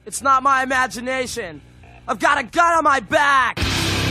It's not my imagination. I've got a gun on my back!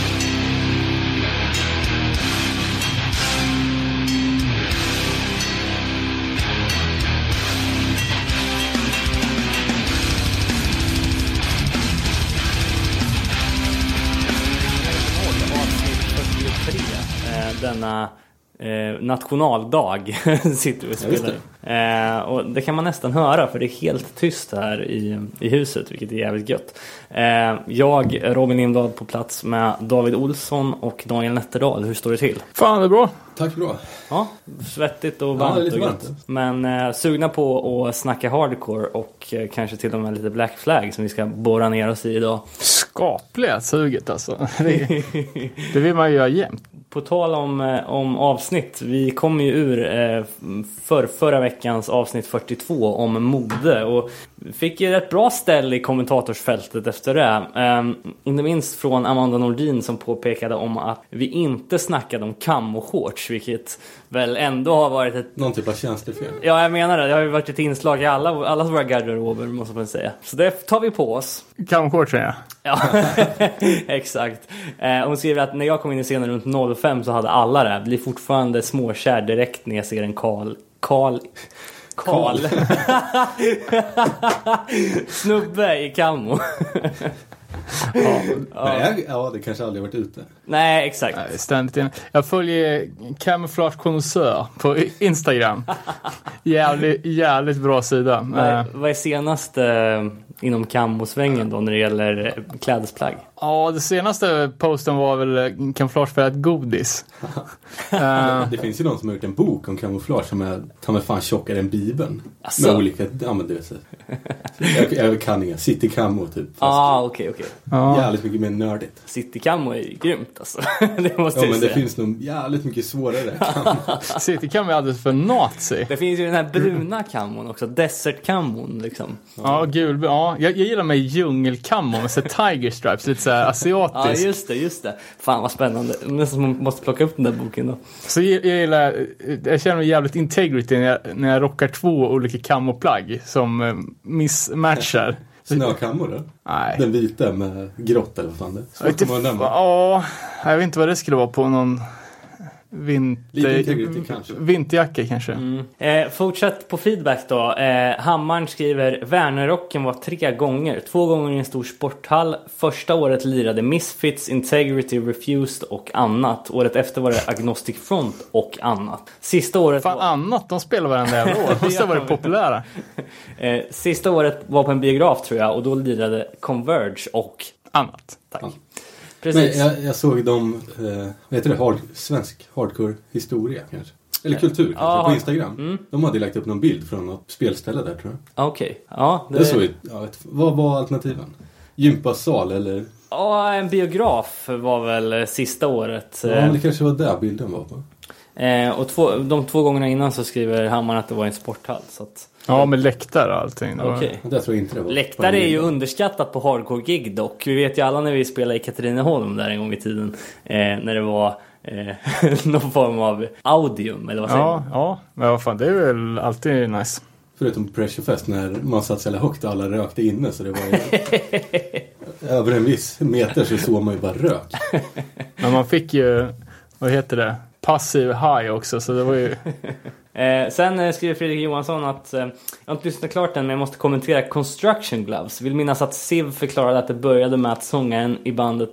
Denna nationaldag sitter vi och spelar. Och det kan man nästan höra, för det är helt tyst här i huset, vilket är jävligt gött. Jag, Robin Lindblad, på plats med David Olsson och Daniel Nätterdal. Hur står det till? Fan, det är bra. Tack bra. Ja, svettigt och varmt och gött. Men sugna på att snacka hardcore och kanske till och med lite Black Flag som vi ska borra ner oss i idag. Skapliga suget alltså. Det vill man ju göra jämt. På tal om avsnitt, vi kom ju ur förra veckans avsnitt 42 om mode och fick ju ett bra ställ i kommentatorsfältet efter det. Inte minst från Amanda Nordin som påpekade om att vi inte snackade om camo-shorts, vilket väl ändå har varit någon typ av tjänstefel. Ja, jag menar det. Det har ju varit ett inslag i alla våra garderober, måste man säga. Så det tar vi på oss. Camo-shorts, ja. Ja, exakt. Hon skriver att när jag kom in i scenen runt 05 så hade alla det. Blir fortfarande småkär direkt när jag ser en Karl snubbe i camo. Ja, det kanske aldrig varit ute. Nej, exakt. Nej, ständigt. Jag följer Camouflage Connoisseur på Instagram. jävligt bra sida. Vad är senast inom camo-svängen då när det gäller klädesplagg? Ja, det senaste posten var väl kamouflage för ett godis. Det finns ju någon som har gjort en bok om kamouflage som är ta med fan tjockare än Bibeln. Asså? Med olika, ja men det jag kan inga City Camo typ. Okej. Jävligt mycket mer nördigt. City Camo är grymt alltså. Det måste jag men säga. Det finns nog jävligt mycket svårare. City Camo är alldeles för nazi. Det finns ju den här bruna kamon också, desert kamon liksom. Ja, gul. Ja, jag gillar mig djungelkammo med så tiger stripes, lite så här asiatiskt. Ja, just det. Fan vad spännande. Nästan man måste plocka upp den där boken då. Så jag känner mig jävligt integrity när jag rockar 2 olika kammoplagg som mismatchar. Snökammo då? Nej. Den vita med grått eller vad fan det är. Ja, jag vet inte vad det skulle vara på någon vinterjacka kanske. Fortsätt på feedback då. Hammaren skriver: Värnerrocken var 3 gånger. 2 gånger i en stor sporthall. Första året lirade Misfits, Integrity, Refused och annat. Året efter var det Agnostic Front och annat. Sista året annat, de spelar varandra jävla år. Måste ha varit populära. Sista året var på en biograf tror jag. Och då lirade Converge och annat. Tack. Ja. Precis. Men jag såg dem, vad heter det, svensk hardcore historia kanske. Eller kultur kanske, på Instagram. De hade lagt upp någon bild från något spelställe där tror jag. Okej. Ja, det såg vad var alternativen? Gympasal eller? Ja, en biograf var väl sista året. Ja, men det kanske var där bilden var på. Och de 2 gångerna innan så skriver Hammaren att det var en sporthall. Så att... Ja, med läktare och allting. Okay. Det tror jag inte det var. Läktare är ju underskattat på hardcore-gig dock. Vi vet ju alla när vi spelade i Katrineholm där en gång i tiden. När det var någon form av audium, eller vad säger man? Ja, men vad fan, det är väl alltid nice. Förutom Pressure Fest när man satt så högt och alla rökte inne så det var ju... över en viss meter så såg man ju bara rök. Men man fick ju, vad heter det? Passiv high också, så det var ju... Sen skriver Fredrik Johansson att jag har inte lyssnat klart än, men jag måste kommentera Construction Gloves. Vill minnas att Siv förklarade att det började med att sångaren i bandet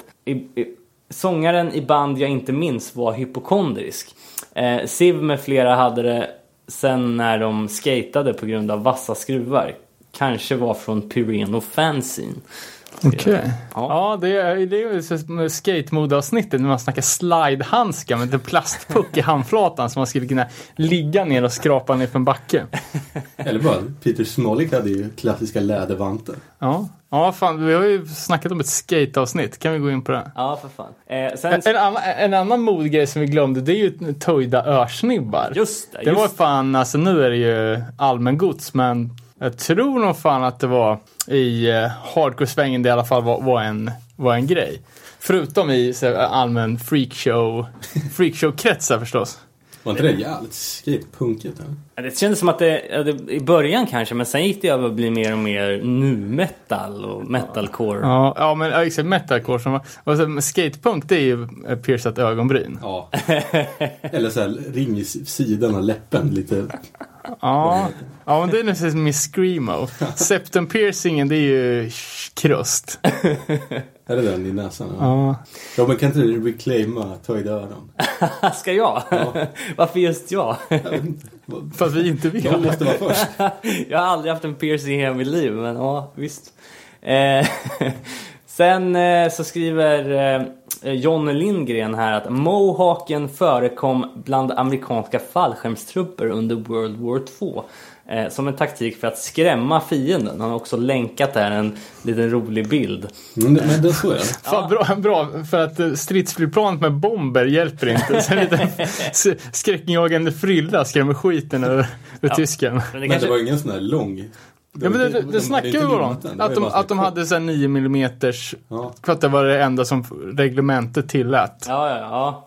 sångaren i band jag inte minns var hypokondrisk. Siv med flera hade det sen när de skatade på grund av vassa skruvar. Kanske var från Pyreno Fanzine. Okej. Ja, det är ju skate-mode-avsnittet när man snackar slide-handskar med en plastpuck i handflatan som man skulle kunna ligga ner och skrapa ner för en backe. Eller bara, Peter Smolik hade ju klassiska lädervantar. Ja, fan, vi har ju snackat om ett skate-avsnitt. Kan vi gå in på det? Ja, för fan. En annan modgrej som vi glömde, det är ju töjda örsnibbar. Just det. Det var fan, alltså nu är det ju allmän gods, men jag tror nog fan att det var i hardcore-svängen det i alla fall var en grej. Förutom i så allmän freakshow-kretsar förstås. Var inte det jävligt skatepunket? Det kändes som att det i början kanske, men sen gick det över att bli mer och mer nu-metal och metalcore. Ja, men exakt, metalcore som var skatepunk, det är ju piercat ögonbryn. Ja. Eller så här ring i sidan av läppen lite. Ja, men det är nästan som i Screamo. Septum piercingen, det är ju krust. Är det den i näsan? Ja. Men kan inte du reclaima töjda öron? Ska jag? Ja. Varför just jag? För att vi inte vet. Jag måste vara först. Jag har aldrig haft en piercing i hela mitt liv, men ja, visst. Sen så skriver John Lindgren här att mohawken förekom bland amerikanska fallskärmstrupper under World War 2 som en taktik för att skrämma fienden. Han har också länkat här en liten rolig bild. Men det så är det. Fan, bra, för att stridsflygplanet med bomber hjälper inte. Sen lite skräckinjagande frilla skrämmer skiten över tysken. Men det var ingen sån här lång... Ja, men det snackar ju om att de hade så här 9 millimeters för att det var det enda som reglementet tillät. Ja.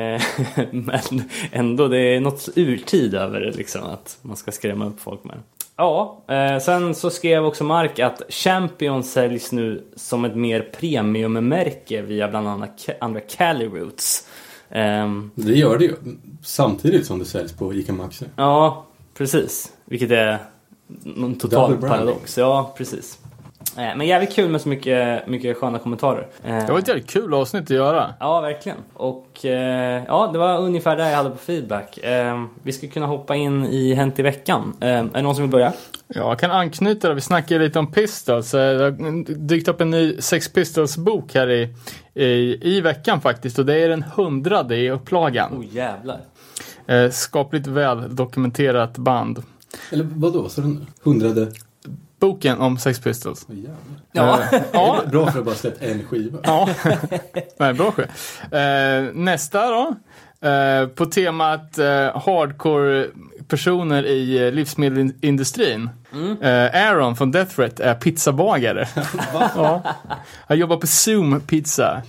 Men ändå, det är något urtid över det liksom, att man ska skrämma upp folk med. Ja, sen så skrev också Mark att Champion säljs nu som ett mer premiummärke via bland annat andra Cali Roots. Det gör det ju, samtidigt som det säljs på ICA Maxi. Ja, precis. Vilket är någon total paradox. Ja, precis. Men jävligt kul med så mycket sköna kommentarer. Det var ett jävligt kul avsnitt att göra. Ja, verkligen. Och ja, det var ungefär där jag hade på feedback. Vi ska kunna hoppa in i Hänt i veckan. Är det någon som vill börja? Ja, jag kan anknyta det. Vi snackade lite om Pistols. Det har dykt upp en ny Sex Pistols-bok här i veckan faktiskt. Och det är den 100:e i upplagan. Oh, jävlar. Skapligt väl dokumenterat band. Eller vadå? Så den 100:e? Boken om Sex Pistols. Ja. Ja. Bra för att bara släppt en skiva. Ja, nej, bra skiva. Nästa då. På temat hardcore personer i livsmedelsindustrin. Aaron från Death Threat är pizzabagare. Ja. Han jobbar på Zoom Pizza.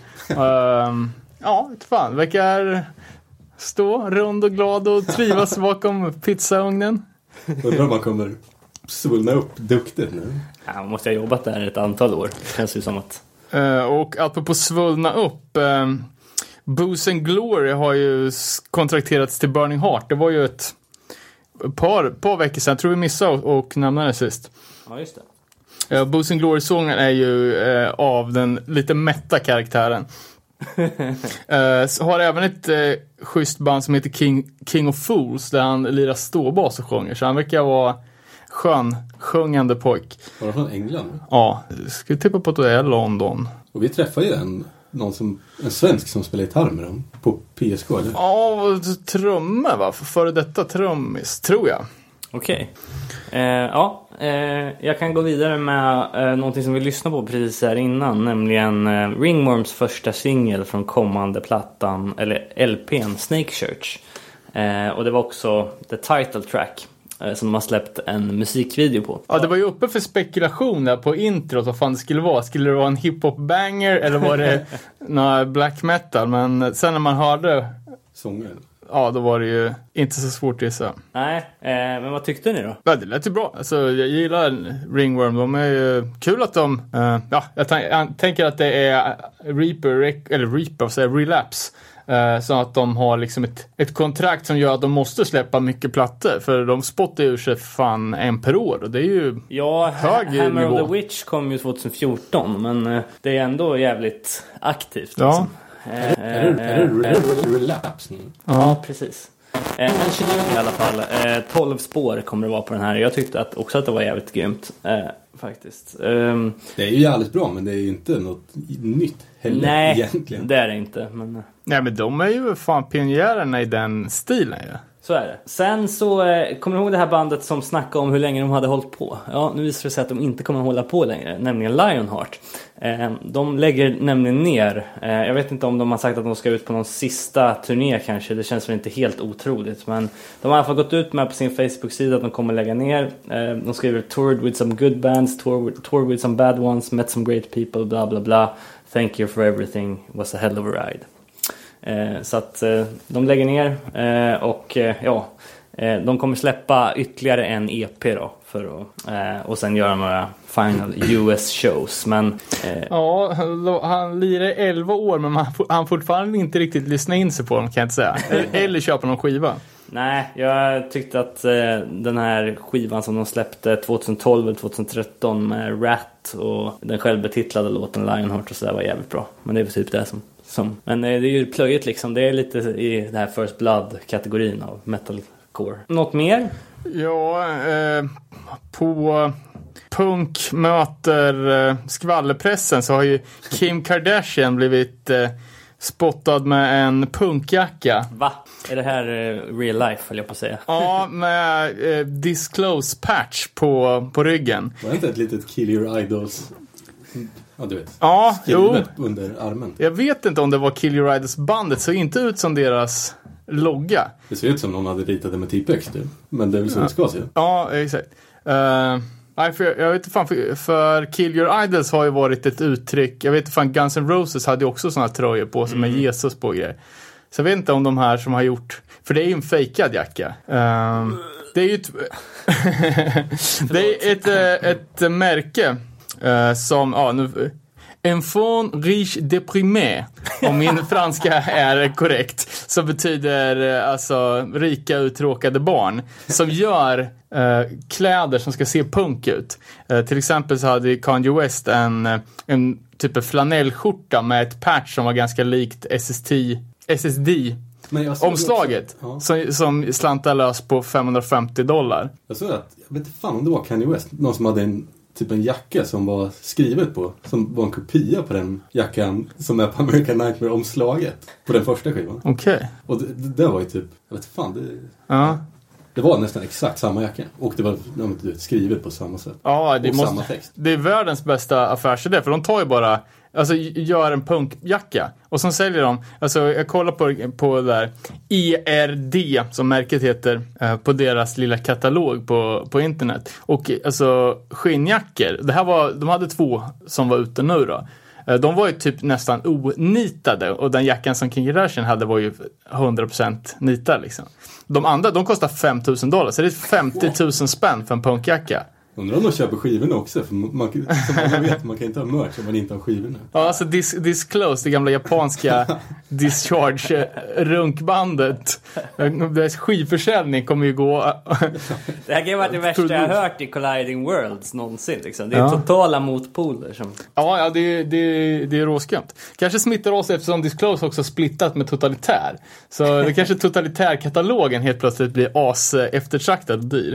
Ja, fan, verkar stå rund och glad och trivas bakom pizzaugnen. Undrar om man kommer svullna upp duktigt nu. Ja, man måste ha jobbat där ett antal år. Känns ju som att... Och apropå svullna upp, Booze and Glory har ju kontrakterats till Burning Heart. Det var ju ett par veckor sedan. Jag tror vi missade och nämnde det sist. Ja, just det. Booze and Glory-sången är ju av den lite mätta karaktären. Så har även ett schysst band som heter King of Fools, där han lirar ståbas och sjunger. Så han verkar vara sjungande pojk. Var det från England? Ja, ska tippa på att det är London. Och vi träffade ju en svensk som spelar gitarr med dem på PSK, eller? Ja, trummor va? Före detta trummis, tror jag. Okej. Jag kan gå vidare med någonting som vi lyssnade på precis här innan, nämligen Ringworms första singel från kommande plattan, eller LP:n Snake Church. Och det var också the title track som de har släppt en musikvideo på. Ja, det var ju uppe för spekulation där på introt vad fan det skulle vara. Skulle det vara en hiphop-banger eller var det black metal? Men sen när man hörde sången, ja, då var det ju inte så svårt att gissa. Nej, men vad tyckte ni då? Ja, det lät ju bra. Alltså, jag gillar Ringworm. De är ju kul att de... jag tänker att det är Relapse. Så att de har liksom ett kontrakt som gör att de måste släppa mycket plattor. För de spottar ur sig fan en per år. Och det är ju hög Hammer nivå. of the Witch kom ju 2014. Men det är ändå jävligt aktivt. Ja. Liksom. Är det Relapse nu? Ja, precis. En 29 i alla fall. 12 spår kommer det vara på den här. Jag tyckte också att det var jävligt grymt. Faktiskt. Det är ju jävligt bra, men det är ju inte något nytt heller. Nej, egentligen. det är det inte. Men... Nej, men de är ju fan pionjärerna i den stilen. Ja. Så är det. Sen så kommer du ihåg det här bandet som snackade om hur länge de hade hållit på? Ja, nu visar det sig att de inte kommer att hålla på längre, nämligen Lionheart. De lägger nämligen ner. Jag vet inte om de har sagt att de ska ut på någon sista turné kanske. Det känns väl inte helt otroligt. Men de har i alla fall gått ut med på sin Facebook-sida att de kommer lägga ner. De skriver toured with some good bands, toured with some bad ones, met some great people, bla bla bla. Thank you for everything, was a hell of a ride. Så att de lägger ner och de kommer släppa ytterligare en EP då och sen göra några final US shows. Men ja, han lirar 11 år, men han fortfarande inte riktigt lyssnar in sig på dem, kan jag inte säga. Eller köpa någon skiva. Nej, jag tyckte att den här skivan som de släppte 2012 eller 2013 med Rat och den självbetitlade låten Lionheart och sådär var jävligt bra. Men det är väl typ det som. Men det är ju plöjigt liksom. Det är lite i det här First Blood-kategorin av metalcore. Något mer? Ja, på punk möter skvallerpressen så har ju Kim Kardashian blivit spottad med en punkjacka. Va? Är det här real life, höll jag på att säga? Ja, med disclose patch på ryggen. Var det inte ett litet Kill Your Idols? Ja, du vet. Ja, skrivet under armen. Jag vet inte om det var Kill Your Idols bandet, så inte ut som deras logga. Det ser ut som någon hade ritat det med Tipex, du. Men det är väl så det ska se. Ja, exakt. Nej, jag vet inte fan, för Kill Your Idols har ju varit ett uttryck. Jag vet inte fan, Guns N' Roses hade ju också såna tröjor på sig med Jesus på grejer. Så jag vet inte om de här som har gjort, för det är ju en fejkad jacka. Det är ju det är ett märke som nu enfant riche déprimé, om min franska är korrekt, så betyder alltså rika uttråkade barn, som gör kläder som ska se punk ut. Till exempel så hade Kanye West en typ av flanellskjorta med ett patch som var ganska likt SSD omslaget, som slantade lös på $550. Jag såg att, jag vet inte fan om det var Kanye West, någon som hade en jacka som var skrivet på, som var en kopia på den jackan som är på American Nightmare-omslaget på den första skivan. Okej. Och det var ju typ, jag vet fan, det var nästan exakt samma jacka. Och det var skrivet på samma sätt. Ja, samma text. Det är världens bästa affärsidé, för de tar ju bara, alltså gör en punkjacka och så säljer de, alltså jag kollar på där ERD som märket heter, på deras lilla katalog på internet, och alltså skinnjackor, de hade 2 som var ute nu då. De var ju typ nästan onitade, och den jackan som King Kardashian hade var ju 100% nitad liksom. De andra, de kostar $5,000, så det är 50 000 spänn för en punkjacka. Undrar om de köper skivorna också, för som alla vet, man kan inte ha merch om man inte har skivorna. Ja, alltså Disclose, det gamla japanska Discharge-runkbandet. Deras skivförsäljning kommer ju gå... Det här kan vara det värsta jag har hört i Colliding Worlds någonsin. Liksom. Det är totala motpoler. Som... Ja, det är råskumt. Kanske smittar oss eftersom Disclose också splittat med Totalitär. Så det kanske Totalitär-katalogen helt plötsligt blir eftertraktad och dyr.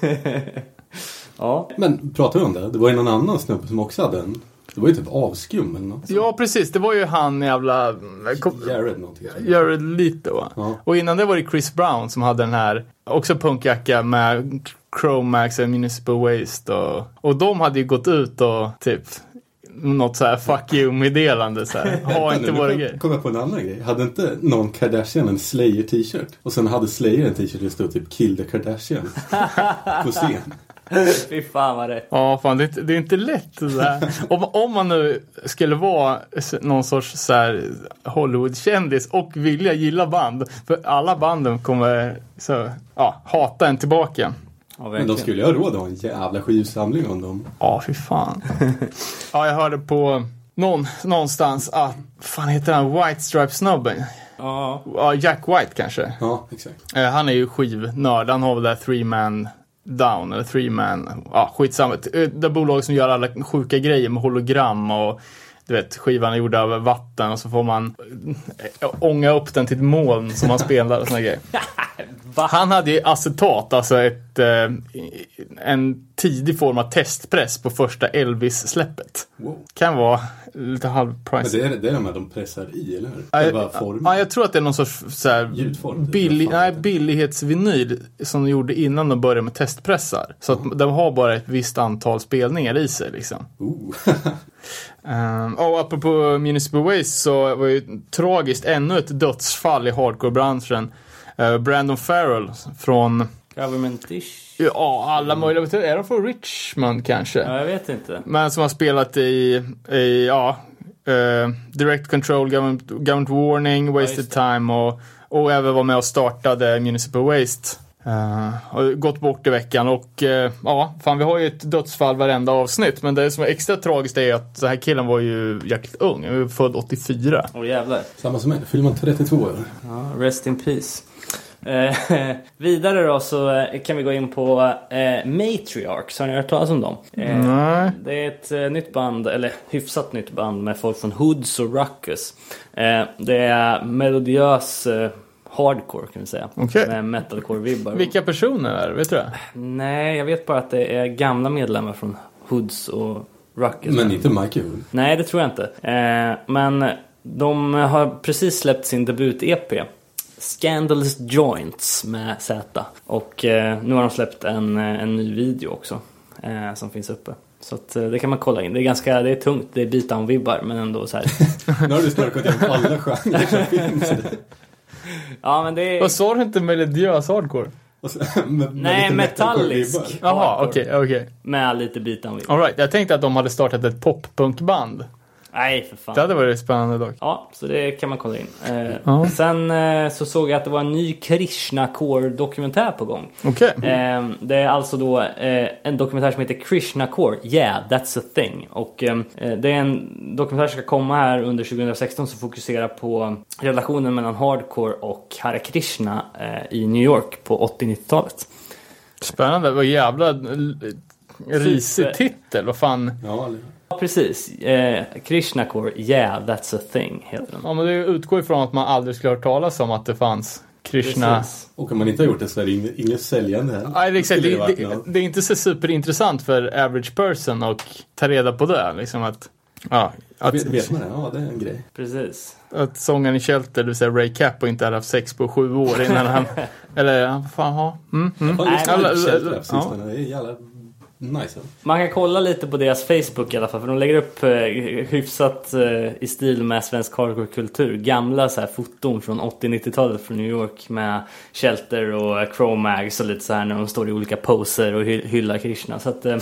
Ja. Men pratar vi om det? Det var ju någon annan snubbe som också hade en... Det var ju typ avskum eller något. Ja, precis. Det var ju han jävla... Jared någonting. Jared Leto, va? Ja. Och innan det var det Chris Brown som hade den här... Också punkjacka med Chromax och Municipal Waste. Och de hade ju gått ut och typ... Något så här fuck you-meddelande så här. Ha inte våra grejer. Kom jag på en annan grej. Hade inte någon Kardashian en Slayer t-shirt? Och sen hade Slayer en t-shirt där det stod typ Kill the Kardashian på scen. Fy fan vad rätt. Ja, fan, det är inte lätt det där. Om man nu skulle vara någon sorts så här Hollywood-kändis och vilja gilla band, för alla banden kommer så, hata en tillbaka. Ja, men de skulle ju ha råd att ha en jävla skivsamling om dem. Ja, fy fan. Ja, jag hörde på någonstans att, fan heter han, White Stripe-snubben? Ja, Jack White kanske. Ja, exakt. Han är ju skivnörd. Han har väl där 3-man down eller 3-man, skitsamma. Det bolag som gör alla sjuka grejer med hologram och du vet, skivan är gjord av vatten och så får man ånga upp den till ett moln som man spelar och såna grejer. Han hade ju acetat, alltså en tidig form av testpress på första Elvis-släppet. Wow. Kan vara lite halvprice. Men det är de här de pressar i, eller hur? Ja, jag tror att det är någon sorts så här, billighetsvinyl som de gjorde innan de började med testpressar. Så att de har bara ett visst antal spelningar i sig liksom. Och apropå Municipal Waste så var ju tragiskt ännu ett dödsfall i hardcore-branschen. Brandon Farrell från Government-ish. Ja, alla möjliga. Är de från Richmond kanske? Ja, jag vet inte. Men som har spelat i Direct Control, Government Warning, Wasted Time och även var med och startade Municipal Waste. Har gått bort i veckan och vi har ju ett dödsfall varenda avsnitt, men det som är extra tragiskt är att så här killen var ju jäkligt ung, han var född 84. Jävlar. Samma som mig, fyller man 32 år. Ja, rest in peace. Vidare då så kan vi gå in på Matriarchs. Har ni hört talas om dem? Nej. Det är ett nytt band, eller hyfsat nytt band med folk från Hoods och Ruckus. Det är melodiös hardcore kan vi säga. Okay. Med metalcore-vibbar. Vilka personer är det, vet du det? Nej, jag vet bara att det är gamla medlemmar från Hoods och Ruckus. Men inte Michael Hood. Nej, det tror jag inte. Men de har precis släppt sin debut-EP. Scandalous Joints med Z. Och nu har de släppt en ny video också som finns uppe. Så att, det kan man kolla in. Det är tungt, det är beatdown-vibbar, men ändå så här. Nu har du snarkat igenom alla genrer som finns. Ja, men det är... Vad sa du inte melodiös hardcore? Nej, metallisk. Jaha, okej. Med lite beatdown-vibbar. All right, jag tänkte att de hade startat ett poppunkband. Nej, för fan. Det hade varit spännande dock. Ja, så det kan man kolla in. Sen så såg jag att det var en ny Krishna-core-dokumentär på gång. Okej. Det är alltså då en dokumentär som heter Krishna-core. Yeah, that's a thing. Och det är en dokumentär som ska komma här under 2016 som fokuserar på relationen mellan hardcore och Hare Krishna i New York på 80-90-talet. Spännande, vad jävla risig titel, vad fan. Ja, precis. Krishna-core, yeah, that's a thing heter den. Ja, men det utgår ifrån att man aldrig skulle ha hört talas om att det fanns Krishna. Precis. och om man inte har gjort det så är det inget säljande här. Nej, det är inte så superintressant för average person att ta reda på det. Liksom att Vet man det? Ja, det är en grej. Precis. Att sångaren i Shelter, det vill säga Ray Cappo, inte hade haft sex på 7 år innan han... Eller, vad fan ha? Det är jävla nice. Man kan kolla lite på deras Facebook i alla fall, för de lägger upp hyfsat i stil med svensk hardcore-kultur. Gamla så här foton från 80-90-talet från New York med Shelter och Cro-Mags och lite så här när de står i olika poser och hyllar Krishna. Så att det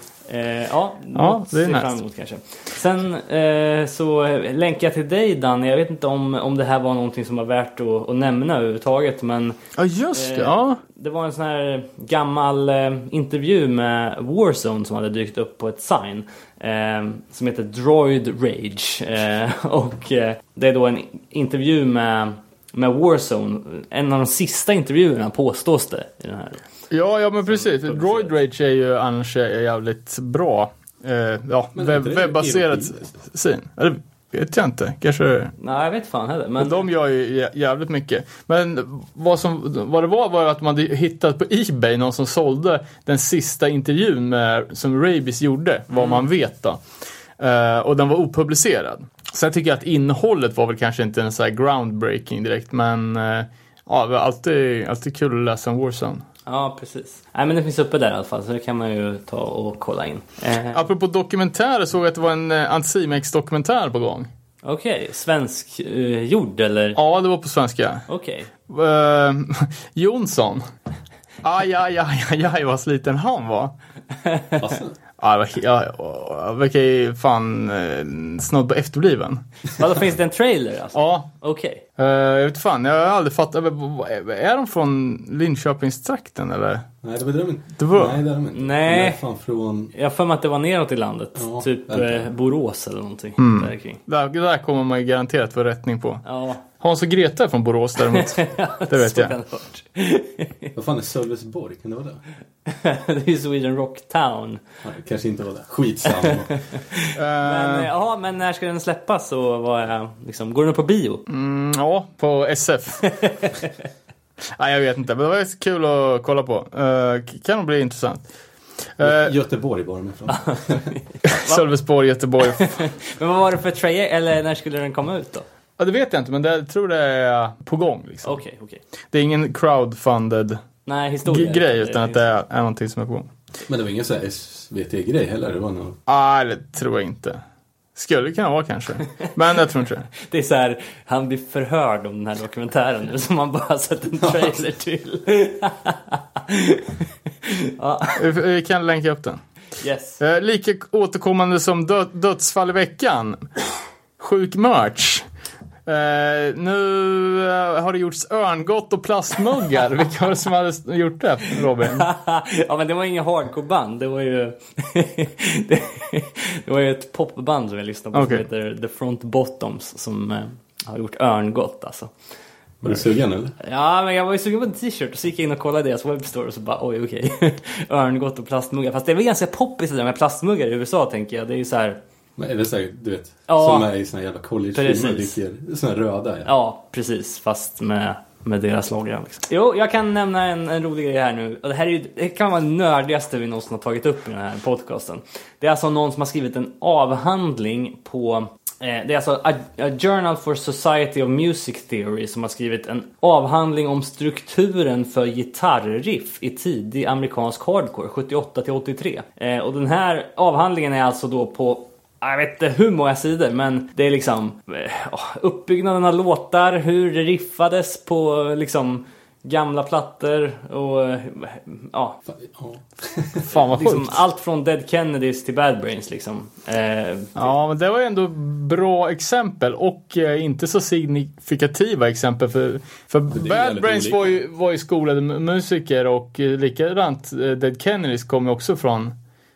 är fram emot kanske. Sen så länkar jag till dig, Dan. Jag vet inte om det här var någonting som var värt att nämna överhuvudtaget, men ja, just det. Ja. Det var en sån här gammal intervju med Warzone som hade dykt upp på ett sign som heter Droid Rage. Och det är då en intervju med Warzone. En av de sista intervjuerna påstås det i den här. Ja, men precis. Droid Rage är ju annars jävligt bra. Webbaserat scene. Eller vet jag inte. Kanske... Nej, jag vet fan heller. Men de gör ju jävligt mycket. Men vad det var att man hade hittat på eBay någon som sålde den sista intervjun som Rabies gjorde, vad man vet då. Och den var opublicerad. Så jag tycker att innehållet var väl kanske inte en så här groundbreaking direkt, men det var alltid kul att läsa om Warzone. Ja, precis. Nej, men det finns uppe där i alla fall, så det kan man ju ta och kolla in. Apropå dokumentärer, såg jag att det var en Anticimex-dokumentär på gång. Okej, svensk gjord eller? Ja, det var på svenska. Okej. Jonsson. Aj, vad sliten han var. Ja, verkar ju fan snudd på efterbliven. Då finns det en trailer alltså? Ja. Okej. Jag vet fan, jag har aldrig fattat. Är de från Linköpingstrakten eller? Nej, det var de inte. Nej, det är de inte. Nej. De är fan från... Jag har för mig att det var neråt i landet. Ja, typ Borås eller någonting. Där kring. Där kommer man ju garanterat få rättning på. Ja. Hans och Greta är från Borås däremot. Det vet jag. Vad fan är Sölvesborg? Kan det vara det? Det är Sweden Rock Town. Nej, kanske inte var det. Skitsamma. Men när ska den släppas? Och går den på bio? Ja, på SF. Nej, jag vet inte. Men det var kul att kolla på. Kan nog bli intressant. Göteborg var de ifrån. Sölvesborg, Göteborg. Men vad var det för trailer? Eller när skulle den komma ut då? Ja, det vet jag inte, men jag tror det är på gång. Liksom. Okej. Det är ingen crowdfunded grej, utan att det är någonting som är på gång. Men det var ingen så här SVT-grej heller? Det var nog... det tror jag inte. Skulle kunna vara kanske. Men jag tror inte det. Det är så här, han blir förhörd om den här dokumentären nu, som man bara har sett en trailer till. Ja. Vi kan länka upp den. Yes. Lika återkommande som dödsfall i veckan. sjuk merch. Nu har det gjorts örngott och plastmuggar. Vilka var det som hade gjort det, Robin? Ja, men det var ingen hardcore-band. Det var ju det var ju ett popband som jag lyssnade på, som heter The Front Bottoms, som har gjort örngott alltså. Var du sugen eller? Ja, men jag var ju sugen på en t-shirt och så gick jag in och kollade deras webbstore och så bara, oj okej. Örngott och plastmuggar. Fast det är väl ganska poppis det där med plastmuggar i USA, tänker jag. Det är ju så här. Men är det så här, du vet, Ja, som är i såna jävla college-filmer, dricker såna röda. Ja, precis. Fast med deras logga. Liksom. Jo, jag kan nämna en rolig grej här nu. Och det här är ju, det kan vara det nördigaste vi någonsin har tagit upp i den här podcasten. Det är alltså någon som har skrivit en avhandling på... Det är alltså A Journal for Society of Music Theory som har skrivit en avhandling om strukturen för gitarriff i tidig amerikansk hardcore, 78-83. Och den här avhandlingen är alltså då på... Jag vet inte hur många sidor, men det är liksom uppbyggnaden av låtar, hur det riffades på liksom gamla plattor och ja. Fan vad liksom sjukt. allt från Dead Kennedys till Bad Brains liksom. Ja, men det var ju ändå bra exempel och inte så signifikativa exempel för Bad Brains var ju skolade musiker och likadant Dead Kennedys kom ju också från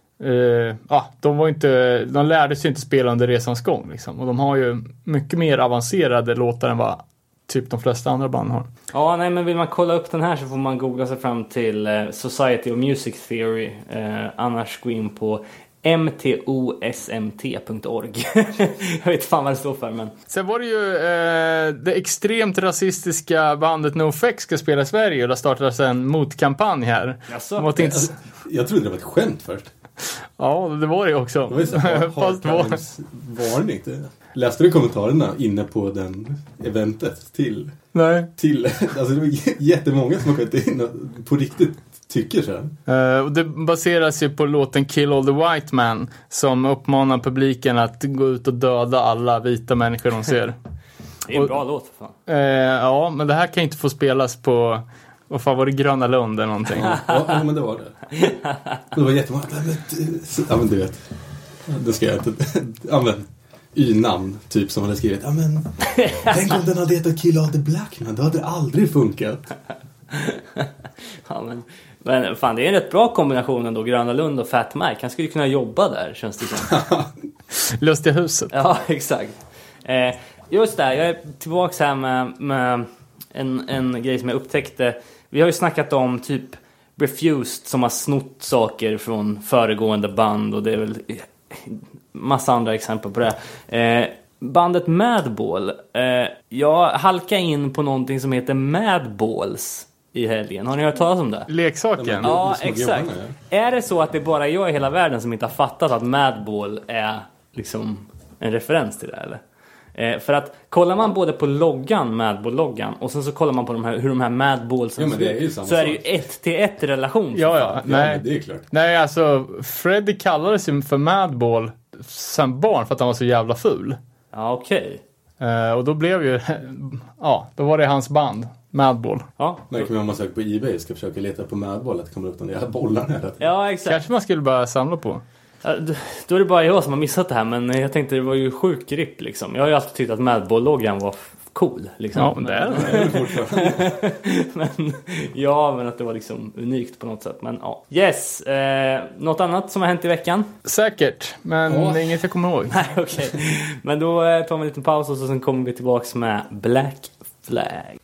de lärde sig inte spela under resans gång liksom. Och de har ju mycket mer avancerade låtar än vad typ de flesta andra band har. Ja, nej, men vill man kolla upp den här så får man googla sig fram till Society of Music Theory. Annars gå in på mtosmt.org. Jag vet fan vad det står för, men... Sen var det ju det extremt rasistiska bandet NoFX ska spela i Sverige och det startades en motkampanj här. Jag trodde det var ett skämt först. Ja, det var det också. Det var ju så varning. Läste du kommentarerna inne på den eventet till? Nej. Alltså det var jättemånga som har gått in och på riktigt tycker så. Och det baseras ju på låten Kill All the White Man som uppmanar publiken att gå ut och döda alla vita människor de ser. Det är en bra låt för fan. Ja, men det här kan inte få spelas på... Vad fan var det? Gröna Lund eller någonting? Ja, men det var det. Det var jättemånga. Ja, men du vet. Det ska jag inte använda. Y-namn, typ, som hade skrivit. Ja, men tänk om den hade hetat Kill All the Black Man. Då hade det aldrig funkat. Ja, men fan, det är en rätt bra kombination ändå. Gröna Lund och Fat Mike. Han skulle kunna jobba där, känns det som. Lustiga huset. Ja, exakt. Just där, jag är tillbaka här med en grej som jag upptäckte. Vi har ju snackat om typ Refused som har snott saker från föregående band, och det är väl massa andra exempel på det. Bandet Madball. Jag halkade in på någonting som heter Madballs i helgen. Har ni hört talas om det? Leksaken? Ja, exakt. Är det så att det bara är jag i hela världen som inte har fattat att Madball är liksom en referens till det, eller? För att kollar man både på loggan, Madball-loggan, och sen så kollar man på hur de här Madballsen ser ut, så är det ju 1-1 relation. Ja, nej. Det är klart. Nej, alltså Freddy kallades ju för Madball sen barn för att han var så jävla ful. Ja, okej. Och då blev ju då var det hans band Madball. Ja. Märker man om man söker på eBay ska försöka leta på Madball att det kommer upp de där bollarna hela tiden. Ja, exakt. Kanske man skulle börja samla på. Då är det bara jag som har missat det här, men jag tänkte det var ju sjuk grip liksom. Jag har ju alltid tyckt att Madball-loggan var cool liksom. Ja, men det är men att det var liksom unikt på något sätt. Men ja. Yes, något annat som har hänt i veckan? Säkert, men det är inget jag kommer ihåg. Nej, okej. Men då tar vi en liten paus och sen kommer vi tillbaka med Black Flag.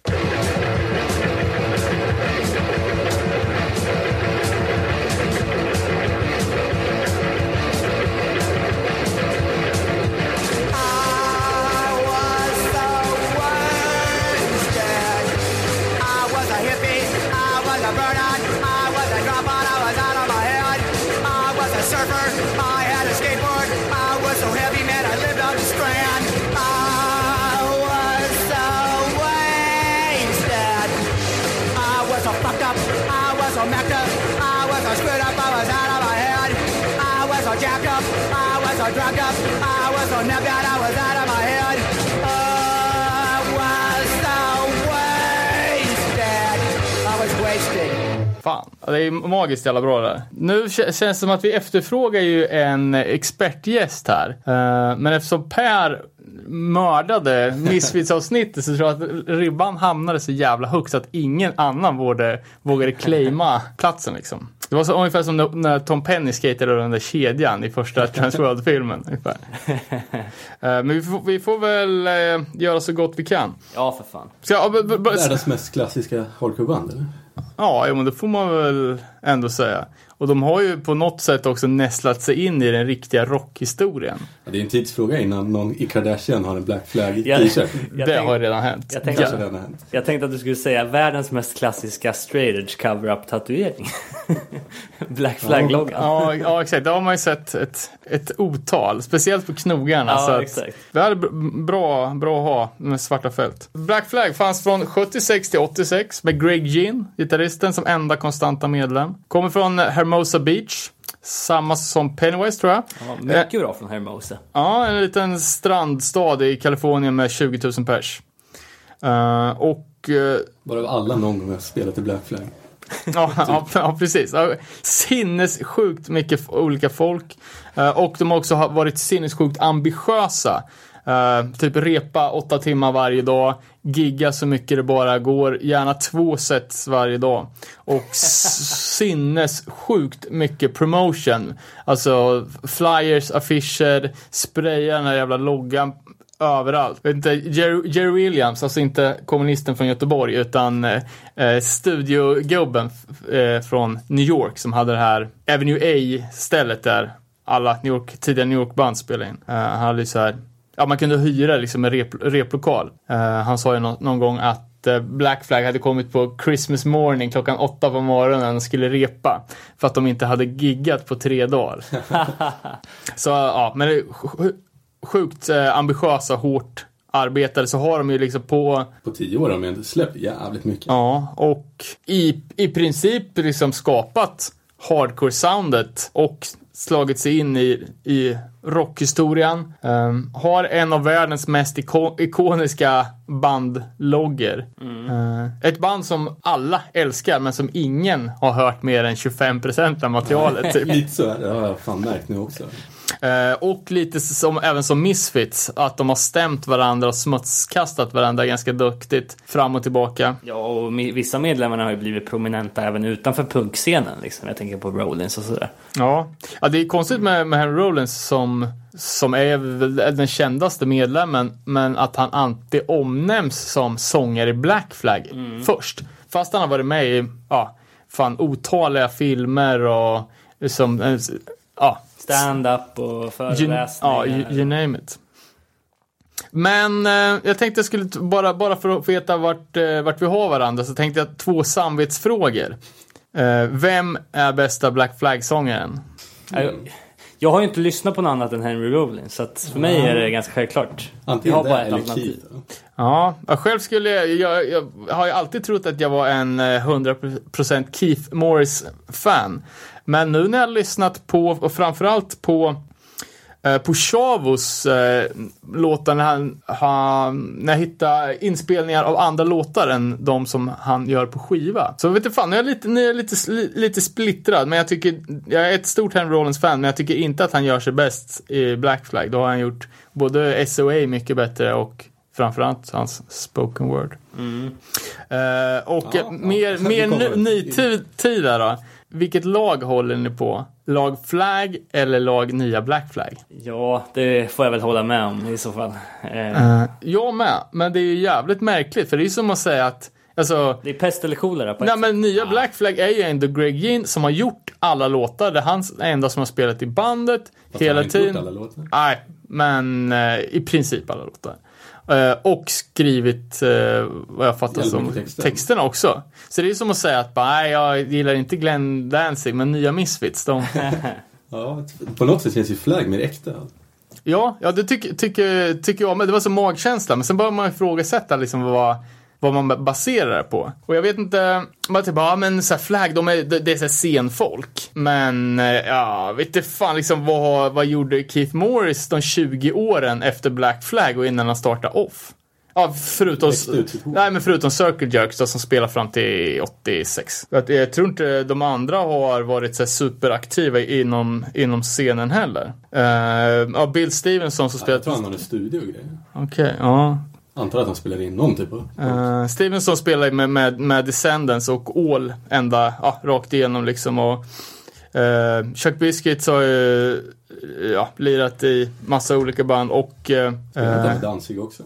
Drunk up, I was so napped out, I was out of my head. I was so wasted. I was wasted. Fan, det är magiskt jävla bra där. Nu känns det som att vi efterfrågar ju en expertgäst här. Men eftersom Per mördade Misfits-avsnittet så tror jag att ribban hamnade så jävla högt så att ingen annan vågade claima platsen liksom. Det var så ungefär som när Tom Penny skatade den där kedjan i första Transworld-filmen. Men vi får väl göra så gott vi kan. Ja, för fan. Världens mest klassiska hardcore-band, eller? Ja, men det får man väl ändå säga. Och de har ju på något sätt också nästlat sig in i den riktiga rockhistorien. Ja, det är en tidsfråga innan någon i Kardashian har en Black Flag t-shirt. Det har redan hänt. Jag tänkte att du skulle säga världens mest klassiska straight edge cover-up-tatuering. Black Flag-loggan. Ja, exakt. Det har man ju sett ett otal. Speciellt på knogarna. Ja, så exakt. Det är bra att ha med svarta fält. Black Flag fanns från 76 till 86 med Greg Ginn, gitarristen, som enda konstanta medlem. Kommer från Hermosa Beach. Samma som Pennywise, tror jag. Ja, mycket bra från Hermosa. Ja, en liten strandstad i Kalifornien med 20 000 pers. Bara alla någon gång har spelat i Black Flag. Ja, precis. Sinnessjukt mycket olika folk. Och de har också varit sinnessjukt ambitiösa. Typ repa 8 timmar varje dag, gigga så mycket det bara går, gärna 2 sets varje dag och sinnessjukt mycket promotion, alltså flyers, affischer, spraya den här jävla loggan överallt. Vet inte, Jerry Williams, alltså inte kommunisten från Göteborg utan studiogubben från New York som hade det här Avenue A-stället där alla tidiga New York-band spelade in. Han hade så här. Ja, man kunde hyra liksom en replokal. Han sa ju någon gång att Black Flag hade kommit på Christmas morning klockan 8 på morgonen och skulle repa för att de inte hade giggat på 3 dagar. Så ja, men det är sjukt ambitiösa, hårt arbetare, så har de ju liksom på 10 år har de inte släppt jävligt mycket. Ja, och i princip liksom skapat hardcore-soundet och slagit sig in i rockhistorien. Har en av världens mest ikoniska bandlogger. Ett band som alla älskar men som ingen har hört mer än 25% av materialet. Typ. Lite så är det. har jag fan märkt nu också. Och lite även som Misfits, att de har stämt varandra och smutskastat varandra ganska duktigt fram och tillbaka. Ja, och vissa medlemmarna har ju blivit prominenta även utanför punkscenen liksom. Jag tänker på Rollins och sådär. Ja, det är konstigt med Henry Rollins som är väl den kändaste medlemmen, men att han alltid omnämns som sångare i Black Flag först. Fast han har varit med i otaliga filmer och liksom stand-up och föreläsningar. You name it. Men jag tänkte jag skulle bara för att veta vart vi har varandra, så tänkte jag 2 samvetsfrågor. Vem är bästa Black Flag-sångaren? Jag har ju inte lyssnat på något annat än Henry Rollins, så att för mig är det ganska självklart. Antingen jag har bara det ett eller alternativ. Keith. Ja, själv skulle jag har ju alltid trott att jag var en 100% Keith Morris-fan. Men nu när jag har lyssnat på, och framförallt på Chavos låtar, när jag hittar inspelningar av andra låtar än de som han gör på skiva. Så vet du fan, jag är lite splittrad, men jag är ett stort Henry Rollins-fan, men jag tycker inte att han gör sig bäst i Black Flag. Då har han gjort både SOA mycket bättre och framförallt hans spoken word. Mer nutid då. Vilket lag håller ni på? Lag Flag eller lag nya Black Flag? Ja, det får jag väl hålla med om i så fall. Jag med, men det är ju jävligt märkligt. För det är som att säga att alltså, det är pest eller kolera på nej, men nya Black Flag är ju ändå Greg Ginn som har gjort alla låtar. Det är han enda som har spelat i bandet hela tiden. Nej, men i princip alla låtar. Och skrivit vad jag fattar som texterna också. Så det är som att säga att jag gillar inte Glenn Danzig, men nya Misfits Ja, på något sätt känns ju Flag mer äkta. Ja, det tycker jag. Men det var så magkänsla. Men sen börjar man ifrågasätta liksom vad man baserar det på. Och jag vet inte, man typ men så här Flag, det är så här scenfolk. Men vet inte fan liksom vad gjorde Keith Morris de 20 åren efter Black Flag och innan han startade Off? Ja, förutom Circle Jerks då, som spelar fram till 86. Jag tror inte de andra har varit så superaktiva inom scenen heller. Bill Stevenson som spelar... Jag tror han har en studio och grejer. Okej, ja. Antar att han spelar in någon typ av... Stevenson spelar med Descendants och All ända rakt igenom liksom. Och Chuck Biscuits har ju lirat i massa olika band och Danzig också.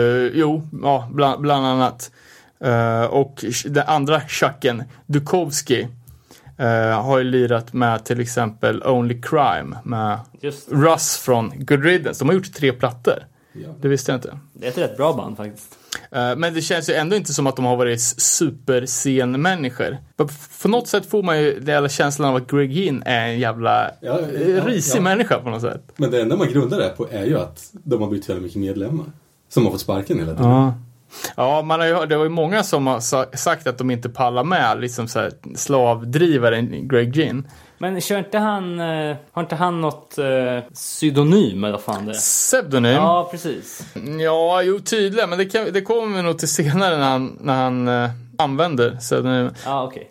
Bland annat. Och den andra Chucken, Dukowski, har ju lirat med till exempel Only Crime med Russ från Good Riddance. De har gjort 3 plattor. Ja. Det visste jag inte. Det är ett rätt bra band faktiskt. Men det känns ju ändå inte som att de har varit superscenmänniskor. På något sätt får man ju den jävla känslan av att Greg Ginn är en jävla risig människa på något sätt. Men det enda man grundar det på är ju att de har bytt väldigt mycket medlemmar som har fått sparken hela tiden. Ja, det var ju många som har sagt att de inte pallar med liksom så här slavdrivaren Greg Ginn. Men har inte han något pseudonym eller vad fan det är? Pseudonym? Ja, precis. Ja, jo tydligen, men det kommer vi nog till senare när han använder pseudonym. Okej.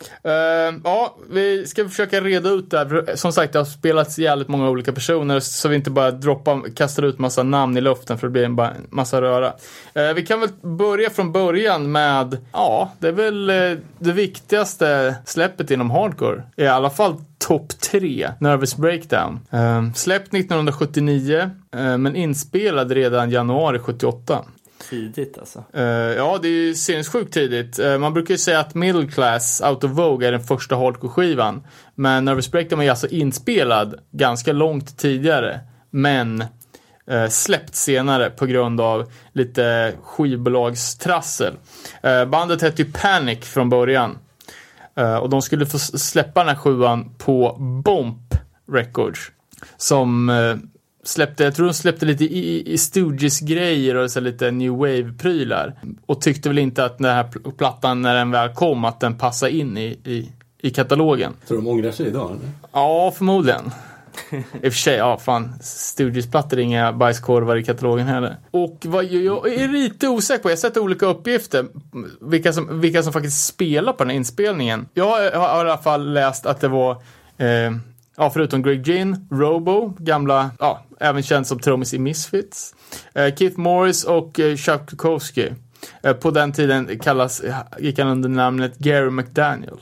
Vi ska försöka reda ut det här. Som sagt, det har spelats jävligt många olika personer, så vi inte bara kastar ut massa namn i luften för det blir bara en massa röra. Vi kan väl börja från början med, det är väl det viktigaste släppet inom hardcore. I alla fall topp 3, Nervous Breakdown. Släppt 1979, men inspelad redan januari 78. Tidigt alltså. Ja, det är ju sinnessjukt tidigt. Man brukar ju säga att Middle Class Out of Vogue är den första hardcore-skivan. Men Nervous Breakdown är alltså inspelad ganska långt tidigare. Men släppt senare på grund av lite skivbolagstrassel. Bandet hette ju Panic från början. Och de skulle få släppa den här 7:an på Bomp Records. Som... jag tror de släppte lite i Stooges-grejer och så lite new wave-prylar. Och tyckte väl inte att den här plattan, när den väl kom, att den passade in i katalogen. Tror de ångrar sig idag, eller? Ja, förmodligen. I och för sig, Stooges-plattor är inga bajskorvar i katalogen heller. Och vad jag är lite osäker på, jag har sett olika uppgifter vilka som faktiskt spelar på den här inspelningen. Jag har i alla fall läst att det var... förutom Greg Ginn, Robo, gamla, även känd som trummis i Misfits, Keith Morris och Chuck Dukowski. På den tiden gick han under namnet Gary McDaniel.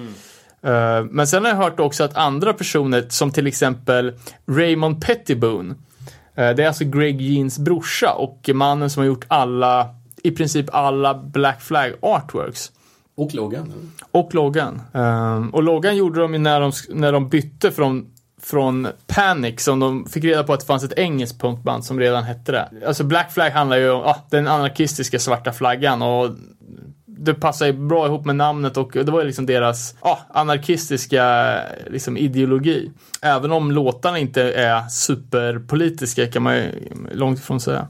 Men sen har jag hört också att andra personer, som till exempel Raymond Pettibone, det är alltså Greg Ginns brorsa och mannen som har gjort i princip alla Black Flag artworks. Och Logan. Och Logan. Och Logan gjorde de ju när de bytte från Panic, som de fick reda på att det fanns ett engelskt punkband som redan hette det. Alltså Black Flag handlar ju om den anarkistiska svarta flaggan, och det passar ju bra ihop med namnet, och det var liksom deras anarkistiska liksom ideologi. Även om låtarna inte är superpolitiska, kan man ju långt ifrån säga.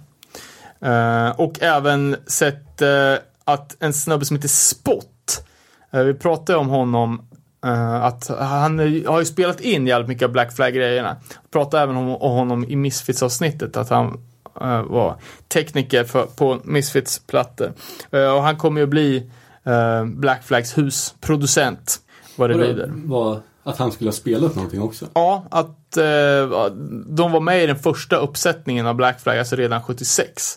Och även sett att en snubbe som heter Spot, vi pratade om honom, att han har ju spelat in jävligt mycket av Black Flag-grejerna. Pratade även om honom i Misfits-avsnittet, att han var tekniker på Misfits-plattor. Och han kommer ju bli Black Flags husproducent, vad det lider. Att han skulle ha spelat någonting också? Ja, att de var med i den första uppsättningen av Black Flag, alltså redan 76.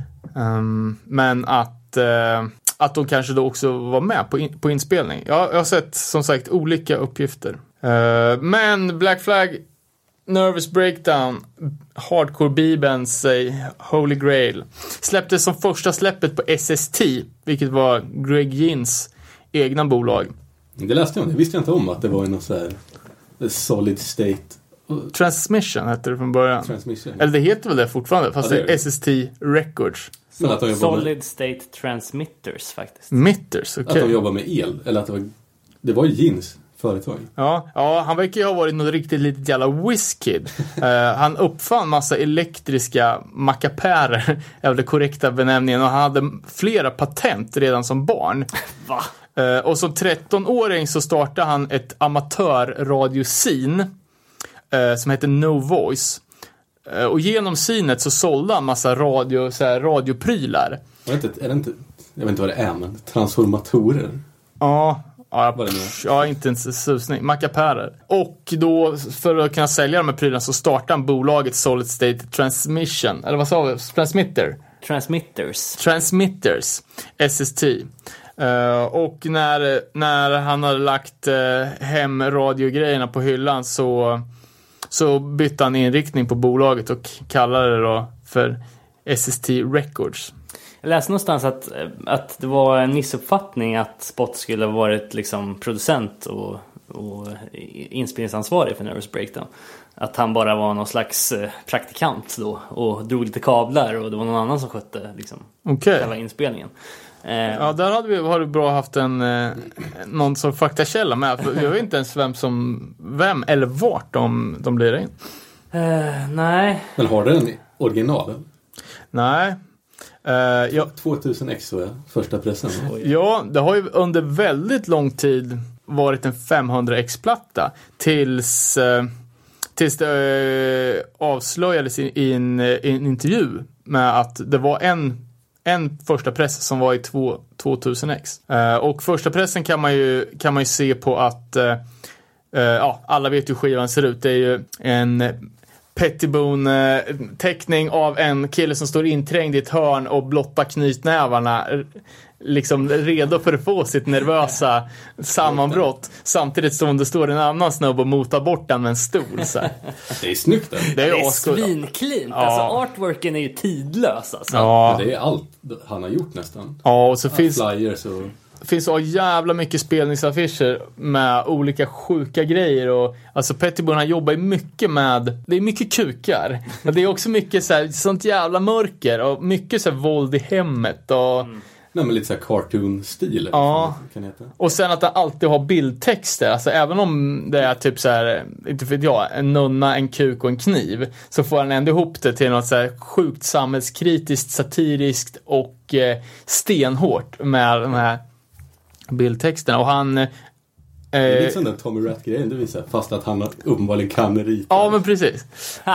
Men att de kanske då också var med på inspelning. Jag har sett, som sagt, olika uppgifter. Men Black Flag, Nervous Breakdown, Hardcore-bibelns Holy Grail släpptes som första släppet på SST, vilket var Greg Ginns egna bolag. Det läste jag om. Det visste jag inte om, att det var något så här Solid State Transmission hette det från början. Transmission. Eller det heter väl det fortfarande, fast det är SST Records. Solid State Transmitters faktiskt. Mitters, okej. Att de jobbar med el, eller att det var Gins företag. Ja, han verkar ju ha varit något riktigt litet jävla whiskid. Han uppfann massa elektriska mackapärer, är det korrekta benämningen, och han hade flera patent redan som barn. Va? Och som 13-åring så startade han ett amatörradioscene som heter No Voice. och genom synet så sålde han massa radioprylar. Jag vet inte vad det är, men transformatorer. Ja, inte en susning. Mackapärer. Och då, för att kunna sälja de här prylarna, så startade han bolaget Solid State Transmission. Eller vad sa vi? Transmitters. SST. Och när han hade lagt hem radiogrejerna på hyllan så bytte han inriktning på bolaget och kallade det då för SST Records. Jag läste någonstans att det var en missuppfattning att Spot skulle ha varit liksom producent och inspelningsansvarig för Nervous Breakdown. Att han bara var någon slags praktikant då och drog lite kablar och det var någon annan som skötte liksom själva inspelningen. Ja, där har du bra haft någon som faktakälla med. För jag vet inte ens vem eller vart de blir in. Nej. Men har du den originalen? Nej. 2000X så är första pressen. Ja, det har ju under väldigt lång tid varit en 500X-platta tills det avslöjades i en intervju med att det var en första press som var i 2000X. Och första pressen kan man ju se på att alla vet hur skivan ser ut. Det är ju en Pettibone-teckning av en kille som står inträngd i ett hörn och blottar knytnävarna, liksom redo för att få sitt nervösa sammanbrott, samtidigt som det står en annan snubb och motar bort den med en stol så här. Det är snyggt. Det är svinklint. Ja. Alltså artworken är ju tidlös alltså. Ja. Det är allt han har gjort nästan. Ja, och så finns flyers och finns så jävla mycket spelningsaffischer med olika sjuka grejer. Och alltså Pettibone, han jobbar ju mycket med, det är mycket kukar, men det är också mycket så här, sånt jävla mörker och mycket så här våld i hemmet och nej, men lite så här cartoon-stil. Ja. Kan heta. Och sen att han alltid har bildtexter. Alltså även om det är typ så här, inte vet jag, en nunna, en kuk och en kniv, så får han ändå ihop det till något så här sjukt samhällskritiskt, satiriskt och stenhårt med de här bildtexterna. Och han det är lite sån där Tommy Rat-grejen du visar, fast att han uppenbarligen kan rita. Ja, men precis.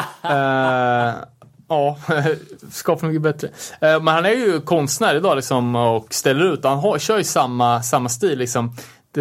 Ja, skapar mycket bättre. Men han är ju konstnär idag liksom, och ställer ut. Han kör ju samma stil liksom.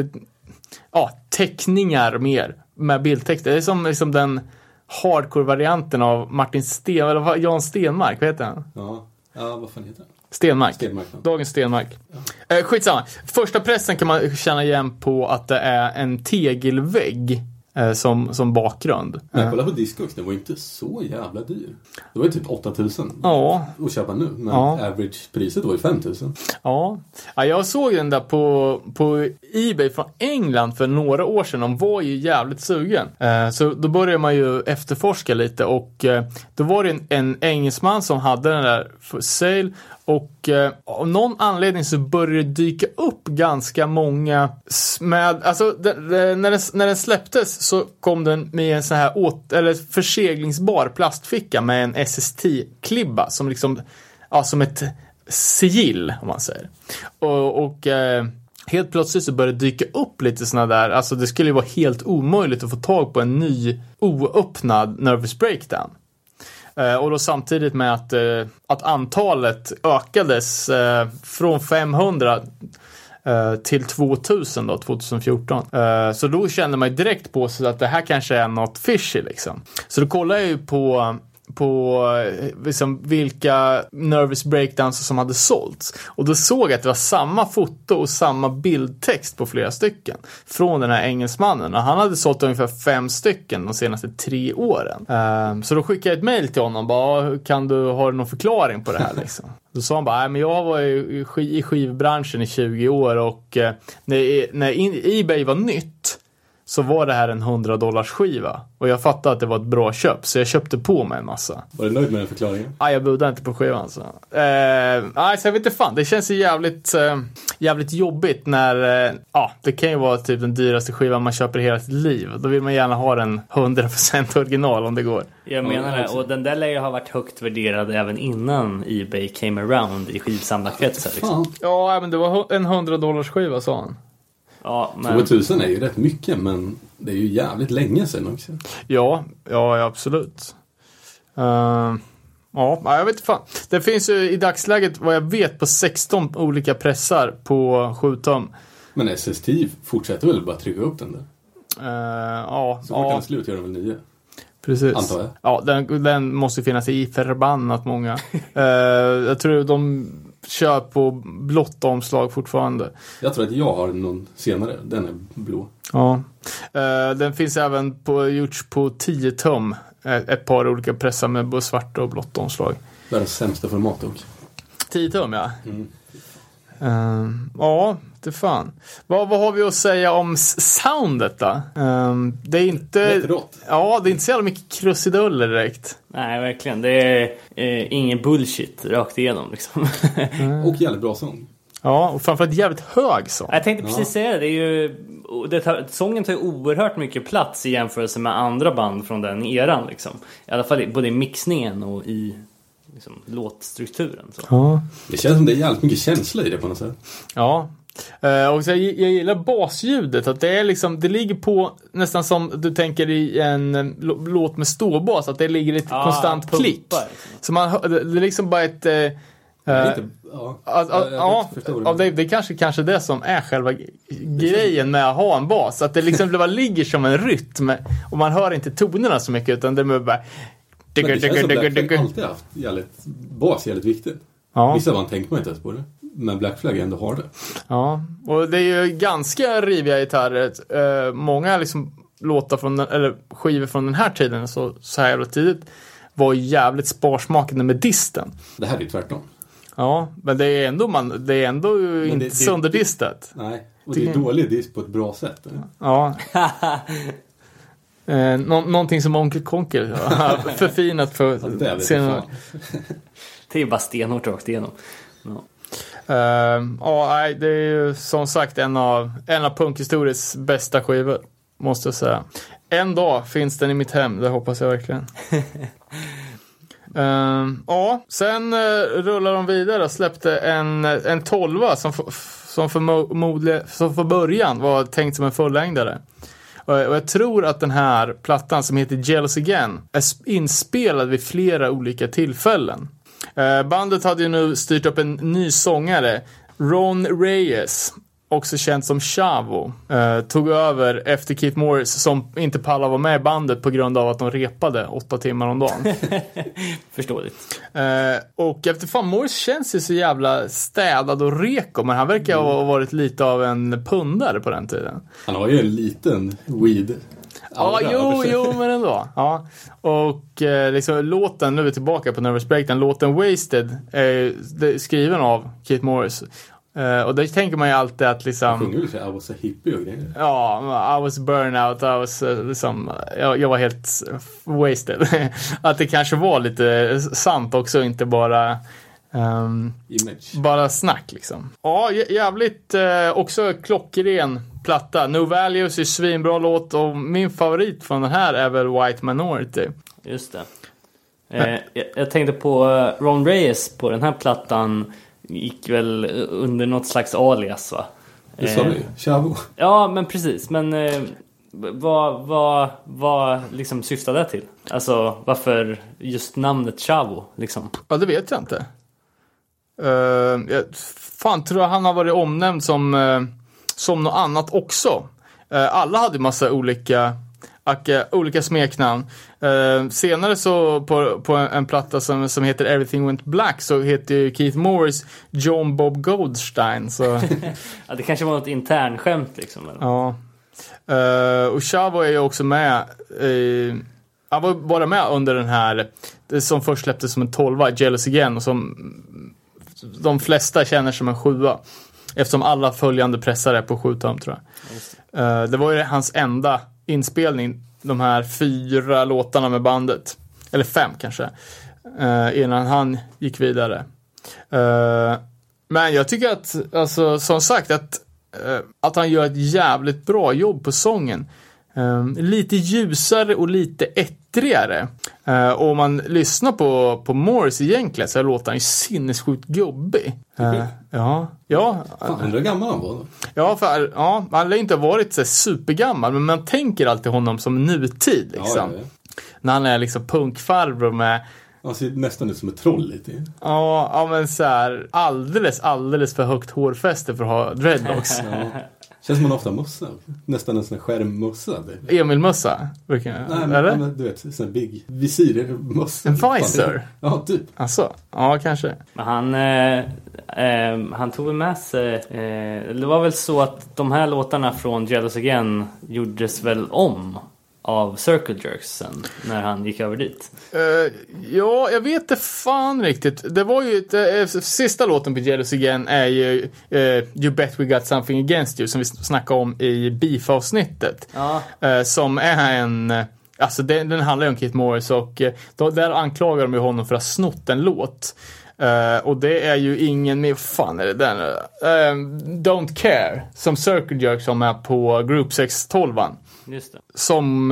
Teckningar mer med bildtexter. Det är som liksom den hardcore-varianten av Martin eller Jan Stenmark, vad heter han? Ja, vad fan heter han? Stenmark. Dagens Stenmark. Ja. Skitsamma. Första pressen kan man känna igen på att det är en tegelvägg som bakgrund. Jag kollar på Discogs, den var inte så jävla dyr. Det var ju typ 8000 att köpa nu, men average-priset var ju 5000. Ja, jag såg den där på eBay från England för några år sedan. De var ju jävligt sugen. Så då började man ju efterforska lite och då var det en engelsman som hade den där för sale. Och av någon anledning så började det dyka upp ganska många med, alltså när den släpptes så kom den med en sån här förseglingsbar plastficka med en SST-klibba som liksom, som ett sigill om man säger. Och helt plötsligt så började det dyka upp lite såna där, alltså det skulle ju vara helt omöjligt att få tag på en ny oöppnad Nervous Breakdown. Och då samtidigt med att antalet ökades från 500 till 2000 då, 2014. Så då kände man direkt på sig att det här kanske är något fishy liksom. Så då kollade jag ju på liksom vilka Nervous Breakdowns som hade sålts. Och då såg jag att det var samma foto och samma bildtext på flera stycken från den här engelsmannen. Och han hade sålt ungefär 5 stycken de senaste 3 åren. Så då skickade jag ett mejl till honom. Bara, har du någon förklaring på det här liksom? Då sa han bara, men jag var i skivbranschen i 20 år och när eBay var nytt så var det här en $100 skiva. Och jag fattade att det var ett bra köp. Så jag köpte på mig en massa. Var du nöjd med den förklaringen? Nej, jag budade inte på skivan. Så jag vet inte fan. Det känns ju jävligt jobbigt när... det kan ju vara typ den dyraste skivan man köper i hela sitt liv. Då vill man gärna ha den 100% original om det går. Jag menar det. Och den där lär ju ha varit högt värderad även innan eBay came around i skivsamlarkretsar. Liksom. Ja, men det var en $100 skiva, sa han. Ja, men... 2000 är ju rätt mycket, men det är ju jävligt länge sedan också. Ja, absolut. Ja, jag vet fan. Det finns ju i dagsläget vad jag vet på 16 olika pressar på 7 tum. Men SST fortsätter väl bara trycka upp den där? Ja. Så fort den slut gör den väl 9. Precis. Antar jag. Ja, den måste finnas i förbannat många. Jag tror de kör på blått omslag fortfarande. Jag tror att jag har någon senare. Den är blå. Ja. Den finns även gjorts på 10 tum. Ett par olika pressar med svart och blått omslag. Världens sämsta format också. 10 tum, ja. Ja, det fan. Vad har vi att säga om soundet då? Det är inte... Ja, det är inte så jävla mycket krusiduller direkt. Nej, verkligen. Det är ingen bullshit rakt igenom liksom. Och jävligt bra sång. Ja, och framförallt jävligt hög sång. Jag tänkte precis säga det. Är ju, sången tar ju oerhört mycket plats i jämförelse med andra band från den eran liksom. I alla fall både i mixningen och i liksom, låtstrukturen. Så. Ja. Det känns som det är jävligt mycket känsla i det på något sätt. Ja. Och så jag gillar basljudet. Att det är liksom, det ligger på nästan som du tänker i en låt med ståbas. Att det ligger ett konstant klick. Så man hör, det är liksom bara ett... det är kanske det som är själva grejen med att ha en bas. Att det liksom bara ligger som en rytm. Och man hör inte tonerna så mycket. Utan det är bara... Men det känns som Black Flag alltid haft bas jävligt viktigt. Ja. Vissa man tänker man inte ens på det. Men Black Flag ändå har det. Ja, och det är ju ganska riviga gitarrer. Många liksom låtar från eller skivor från den här tiden så här jävla tidigt var jävligt sparsmakande med disten. Det här är ju tvärtom. Ja, men det är ändå inte sönderdistat. Nej, och det är dålig dist på ett bra sätt. Eller? Ja. Någonting som Onkel Konkel förfinat för senare. Det är bara stenhårt rakt igenom. Ja. Det är ju som sagt en av punkhistoriens bästa skivor, måste jag säga. En dag finns den i mitt hem, det hoppas jag verkligen. Sen rullar de vidare och släppte en 12 som för början var tänkt som en fullängdare. Och jag tror att den här plattan som heter Jealous Again är inspelad vid flera olika tillfällen. Bandet hade ju nu styrt upp en ny sångare, Ron Reyes, också känd som Chavo, tog över efter Keith Morris som inte pallade vara med i bandet på grund av att de repade 8 timmar om dagen. Förståeligt. Och efter Morris känns ju så jävla städad och reko, men han verkar ha varit lite av en pundare på den tiden. Han har ju en liten weed. Ja, jo, men ändå. Ja. Och liksom låten, nu är vi tillbaka på Nervous Breakdown, låten Wasted är skriven av Keith Morris. Och där tänker man ju alltid att liksom... sjunger lite I was a hippie och grejer. Ja, I was burnout, I was liksom... Jag var helt wasted. Att det kanske var lite sant också, inte bara... bara snack liksom. Ja, jävligt också klockren platta. No Values är svinbra låt, och min favorit från den här är väl White Minority. Just det. Jag tänkte på Ron Reyes på den här plattan gick väl under något slags alias, va? Det sa vi, Chavo. Ja, men precis. Men vad liksom syftade det till? Alltså, varför just namnet Chavo liksom? Ja, det vet jag inte. Jag tror han har varit omnämnd som något annat också. Alla hade massa olika smeknamn. Senare så på en platta som heter Everything Went Black så heter ju Keith Morris John Bob Goldstein. Så. Ja, det kanske var något internskämt liksom. Eller? Ja. Och Chavo är ju också med. Han var bara med under den här som först släpptes som en 12, Jealous Again, och som de flesta känner som en 7, eftersom alla följande pressar är på 7 tum, tror jag. Det var ju hans enda inspelning, de här 4 låtarna med bandet, eller 5 kanske, innan han gick vidare. Men jag tycker att, alltså, som sagt, att han gör ett jävligt bra jobb på sången. Lite ljusare och lite ettrigare. Och om man lyssnar på Morris egentligen så låter han ju sinnessjukt gubbig. Ja. Fan, undrar gammal han var då? Ja, han har inte varit så supergammal, men man tänker alltid honom som nutid liksom. När han är liksom punkfarbror med... Han ser nästan ut som ett troll lite. Ja, men så här alldeles för högt hårfäste för att ha dreadlocks. Ja. Känns som man ofta mössa. Nästan en sån här skärmmössa. Emil-mössa? Nej, men du vet, sån här big visir-mössa. En visor? Ja, typ. Alltså, ja, kanske. Men han tog väl med sig... det var väl så att de här låtarna från Jealous Again gjordes väl om av Circle Jerks sen, när han gick över dit. Ja, jag vet inte fan riktigt. Det var ju sista låten på Jealous Again är ju You Bet We Got Something Against You, som vi snackade om i Beef-avsnittet. Ja. Som är en... Alltså den handlar ju om Keith Morris, och där anklagar de ju honom för att ha snott en låt. Och det är ju ingen med... Fan är det den? Don't Care, som Circle Jerks som är på Group 612. Just det. Som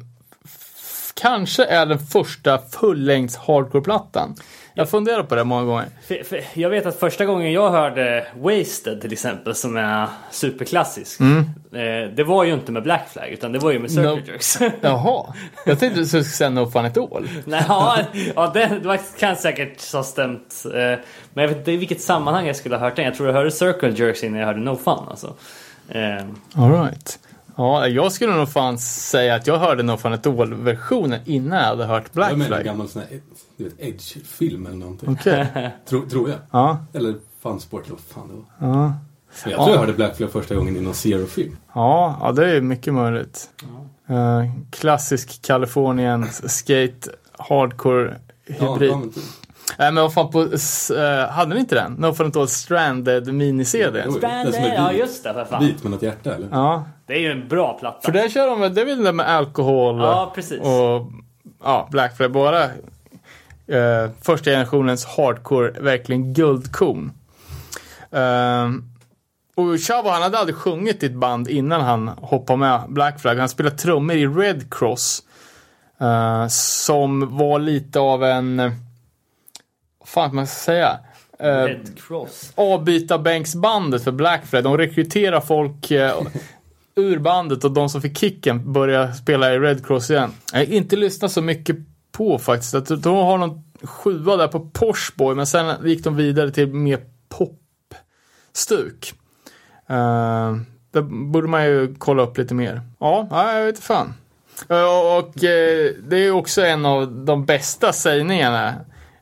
kanske är den första fullängds hardcore-plattan. Jag funderar på det många gånger. För jag vet att första gången jag hörde Wasted till exempel, som är superklassisk, det var ju inte med Black Flag, utan det var ju med Circle Jerks. Jaha, jag tänkte att du skulle säga No Fun At All. Nej, ja, det kan säkert ha stämt. Men jag vet inte i vilket sammanhang jag skulle ha hört den. Jag tror jag hörde Circle Jerks innan jag hörde No Fun. Alltså. All right. Ja, jag skulle nog fan säga att jag hörde No Fun At All-versionen innan jag hade hört Black Flag. Jag menar en gammal sån här Edge-film eller någonting. Okej. Tror jag. Ja. Eller Funsport, eller vad fan det var. Ja. Jag tror jag hörde Black Flag första gången i någon Zero-film. Ja, det är mycket möjligt. Klassisk Kalifornien skate hardcore hybrid. Ja, men typ. Nej, men vad fan hade ni inte den? No Fun At All Stranded mini-CD. Ja, just det, för fan. Vit med något hjärta, eller? Ja. Det är ju en bra platta. För där kör de, det är väl det med alkohol. Ja, precis. Och ja, Black Flag, bara första generationens hardcore, verkligen guldkorn. Och Chavo, han hade aldrig sjungit i ett band innan han hoppade med Black Flag. Han spelade trummor i Red Cross, som var lite av en, fan kan man säga, Red Cross. avbytarbänksbandet för Black Flag. De rekryterar folk ur bandet, och de som fick kicken börjar spela i Red Cross igen. Jag har inte lyssnat så mycket på faktiskt. Att de har någon 7 där på Porsche Boy, men sen gick de vidare till mer popstuk. Där borde man ju kolla upp lite mer. Ja, jag vet inte fan. Och det är också en av de bästa sägningarna,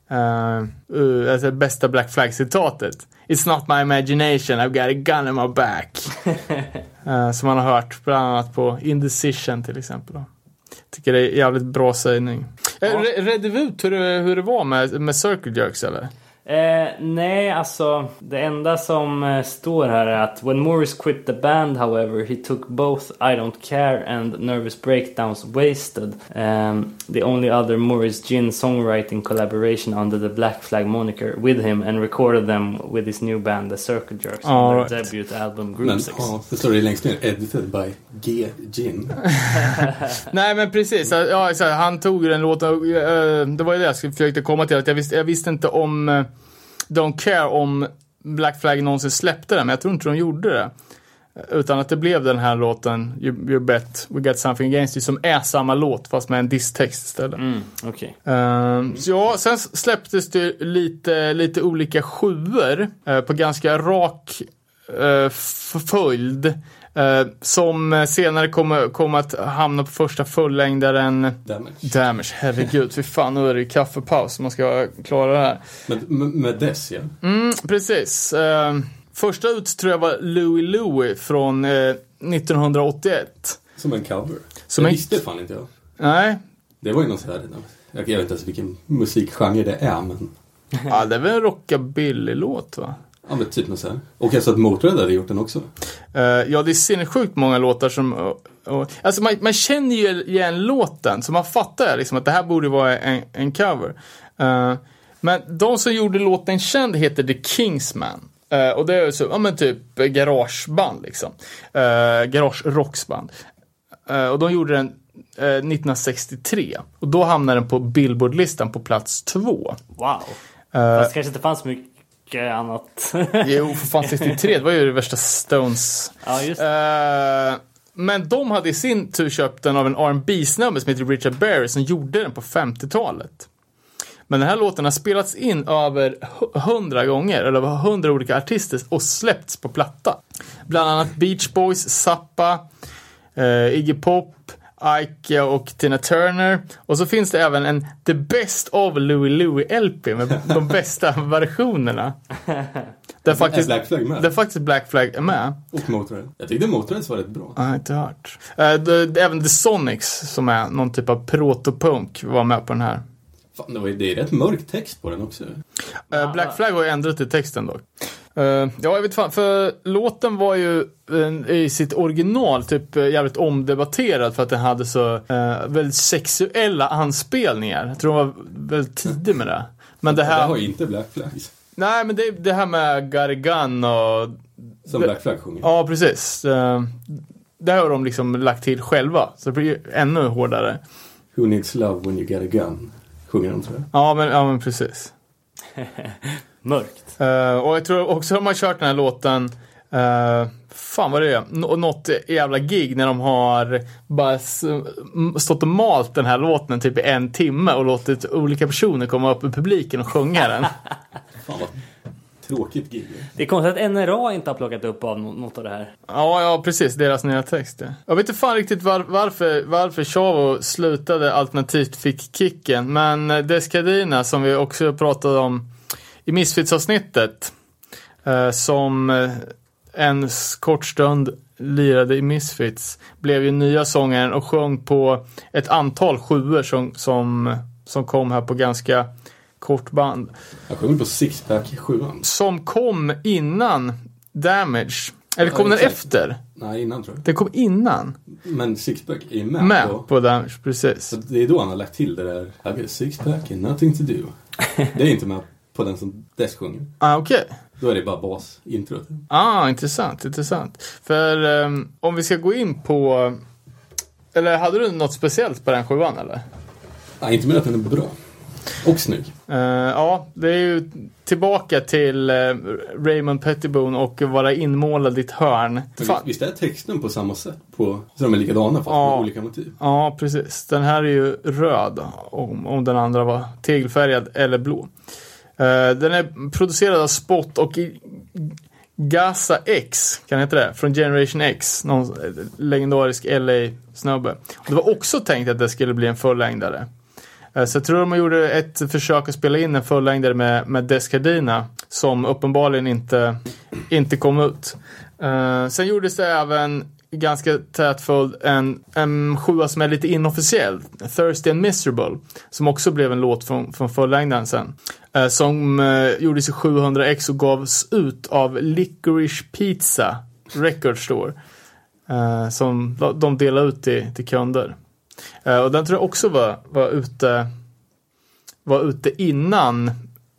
alltså bästa Black Flag-citatet. It's not my imagination, I've got a gun in my back. Som man har hört bland annat på Indecision till exempel då. Tycker det är jävligt bra sägning. Redde vi ut hur det var med Circle Jerks, eller? Nej, alltså det enda som står här är att when Morris quit the band, however, he took both I Don't Care and Nervous Breakdowns Wasted, the only other Morris Ginn songwriting collaboration under the Black Flag moniker, with him, and recorded them with his new band, the Circle Jerks, on their debut album Group 6. Ja, det står det längst ner, edited by G. Ginn. Nej, men precis. Ja, exakt. Han tog den låten. Det var ju det jag försökte komma till. Att jag visste inte om Don't Care om Black Flag någonsin släppte den, men jag tror inte de gjorde det. Utan att det blev den här låten You Bet We Got Something Against You, som är samma låt fast med en disstext istället. Okay. Så ja, sen släpptes det lite olika 7:or på ganska rak följd. Som senare kommer att hamna på första fullängdaren Damage. Herregud, för fan, nu är det kaffepaus. Man ska klara det här. Med dess, ja. Precis. Första ut tror jag var Louie från 1981. Som en cover. Det visste fan inte jag. Nej. Det var ju något så här. Jag vet inte ens vilken musikgenre det är, men... Ja, det är väl en rockabilly-låt, va? Ja, men typ något så här. Och jag sa att Motörhead hade gjort den också. Ja, det är sinnessjukt många låtar som... alltså man känner ju igen låten, så man fattar liksom att det här borde vara en cover. Men de som gjorde låten känd heter The Kingsman. Och det är så, ja men typ garageband liksom. Garage-rocksband. Och de gjorde den 1963. Och då hamnade den på Billboard-listan på plats 2. Wow. Fast kanske inte fanns mycket annat. Jo, för fan 63, det var ju det värsta Stones. Ja, just Men de hade i sin tur köpt den av en R&B-snubbe som heter Richard Berry som gjorde den på 50-talet. Men den här låten har spelats in över 100 gånger, eller över 100 olika artister och släppts på platta. Bland annat Beach Boys, Zappa, Iggy Pop, Ike och Tina Turner. Och så finns det även en The Best of Louie LP med de bästa versionerna. Där faktiskt Black Flag med. Där faktiskt Black Flag är med. Och Motörhead. Jag tyckte Motörhead var rätt bra. Jag har inte hört. Även The Sonics, som är någon typ av protopunk, var med på den här. Fan, det är rätt mörk text på den också. Black Flag har ju ändrat i texten dock. Ja, jag vet fan, för låten var ju i sitt original typ jävligt omdebatterad för att den hade så väldigt sexuella anspelningar. Jag tror de var väldigt tidig med det. Men det här har ju inte Black Flags. Nej, men det här med Got a Gun och... Som Black Flag sjunger. Ja, precis. Det har de liksom lagt till själva. Så det blir ju ännu hårdare. Who needs love when you get a gun? Sjunger de, tror jag. Ja, men precis. Mörkt. Och jag tror också de har kört den här låten fan vad det är något jävla gig när de har bara stått och malt den här låten typ i 1 timme och låtit olika personer komma upp i publiken och sjunga den. Fan vad tråkigt gig. Det är konstigt att NRA inte har plockat upp av något av det här. Ja, precis. Deras nya text. Jag vet inte fan riktigt varför Chavo slutade alternativt fick kicken. Men Descadina, som vi också pratade om i Misfits-avsnittet, som en kort stund lirade i Misfits, blev ju nya sångaren och sjöng på ett antal 7:or som kom här på ganska kort band. Jag sjöng på Sixpack 7:an. Som kom innan Damage. Eller kom den efter? Nej, innan tror jag. Den kom innan. Men Sixpack är med på Damage, precis. Så det är då han har lagt till det där. I got Sixpack and nothing to do. Det är inte med på den som Death sjunger. Okej. Då är det bara bas-introt. Intressant. För om vi ska gå in på... Eller hade du något speciellt på den 7:an, eller? Nej, inte mer att den är bra. Och snygg. Ja, det är ju tillbaka till Raymond Pettibone och vara inmålad i ett hörn. Visst är texten på samma sätt? Så de är likadana fast med olika motiv. Ja, precis. Den här är ju röd om den andra var tegelfärgad eller blå. Den är producerad av Spot och Gaza X, kan det heta det? Från Generation X, någon legendarisk LA-snubbe. Det var också tänkt att det skulle bli en fullängdare. Så jag tror de gjorde ett försök att spela in en fullängdare med Descadina som uppenbarligen inte kom ut. Sen gjordes det även ganska tätföljd en 7 som är lite inofficiell, Thirsty and Miserable, som också blev en låt från fullängdaren sen. Som gjordes i 700x och gavs ut av Licorice Pizza Record Store. Som de delade ut till kunder. Och den tror jag också var ute innan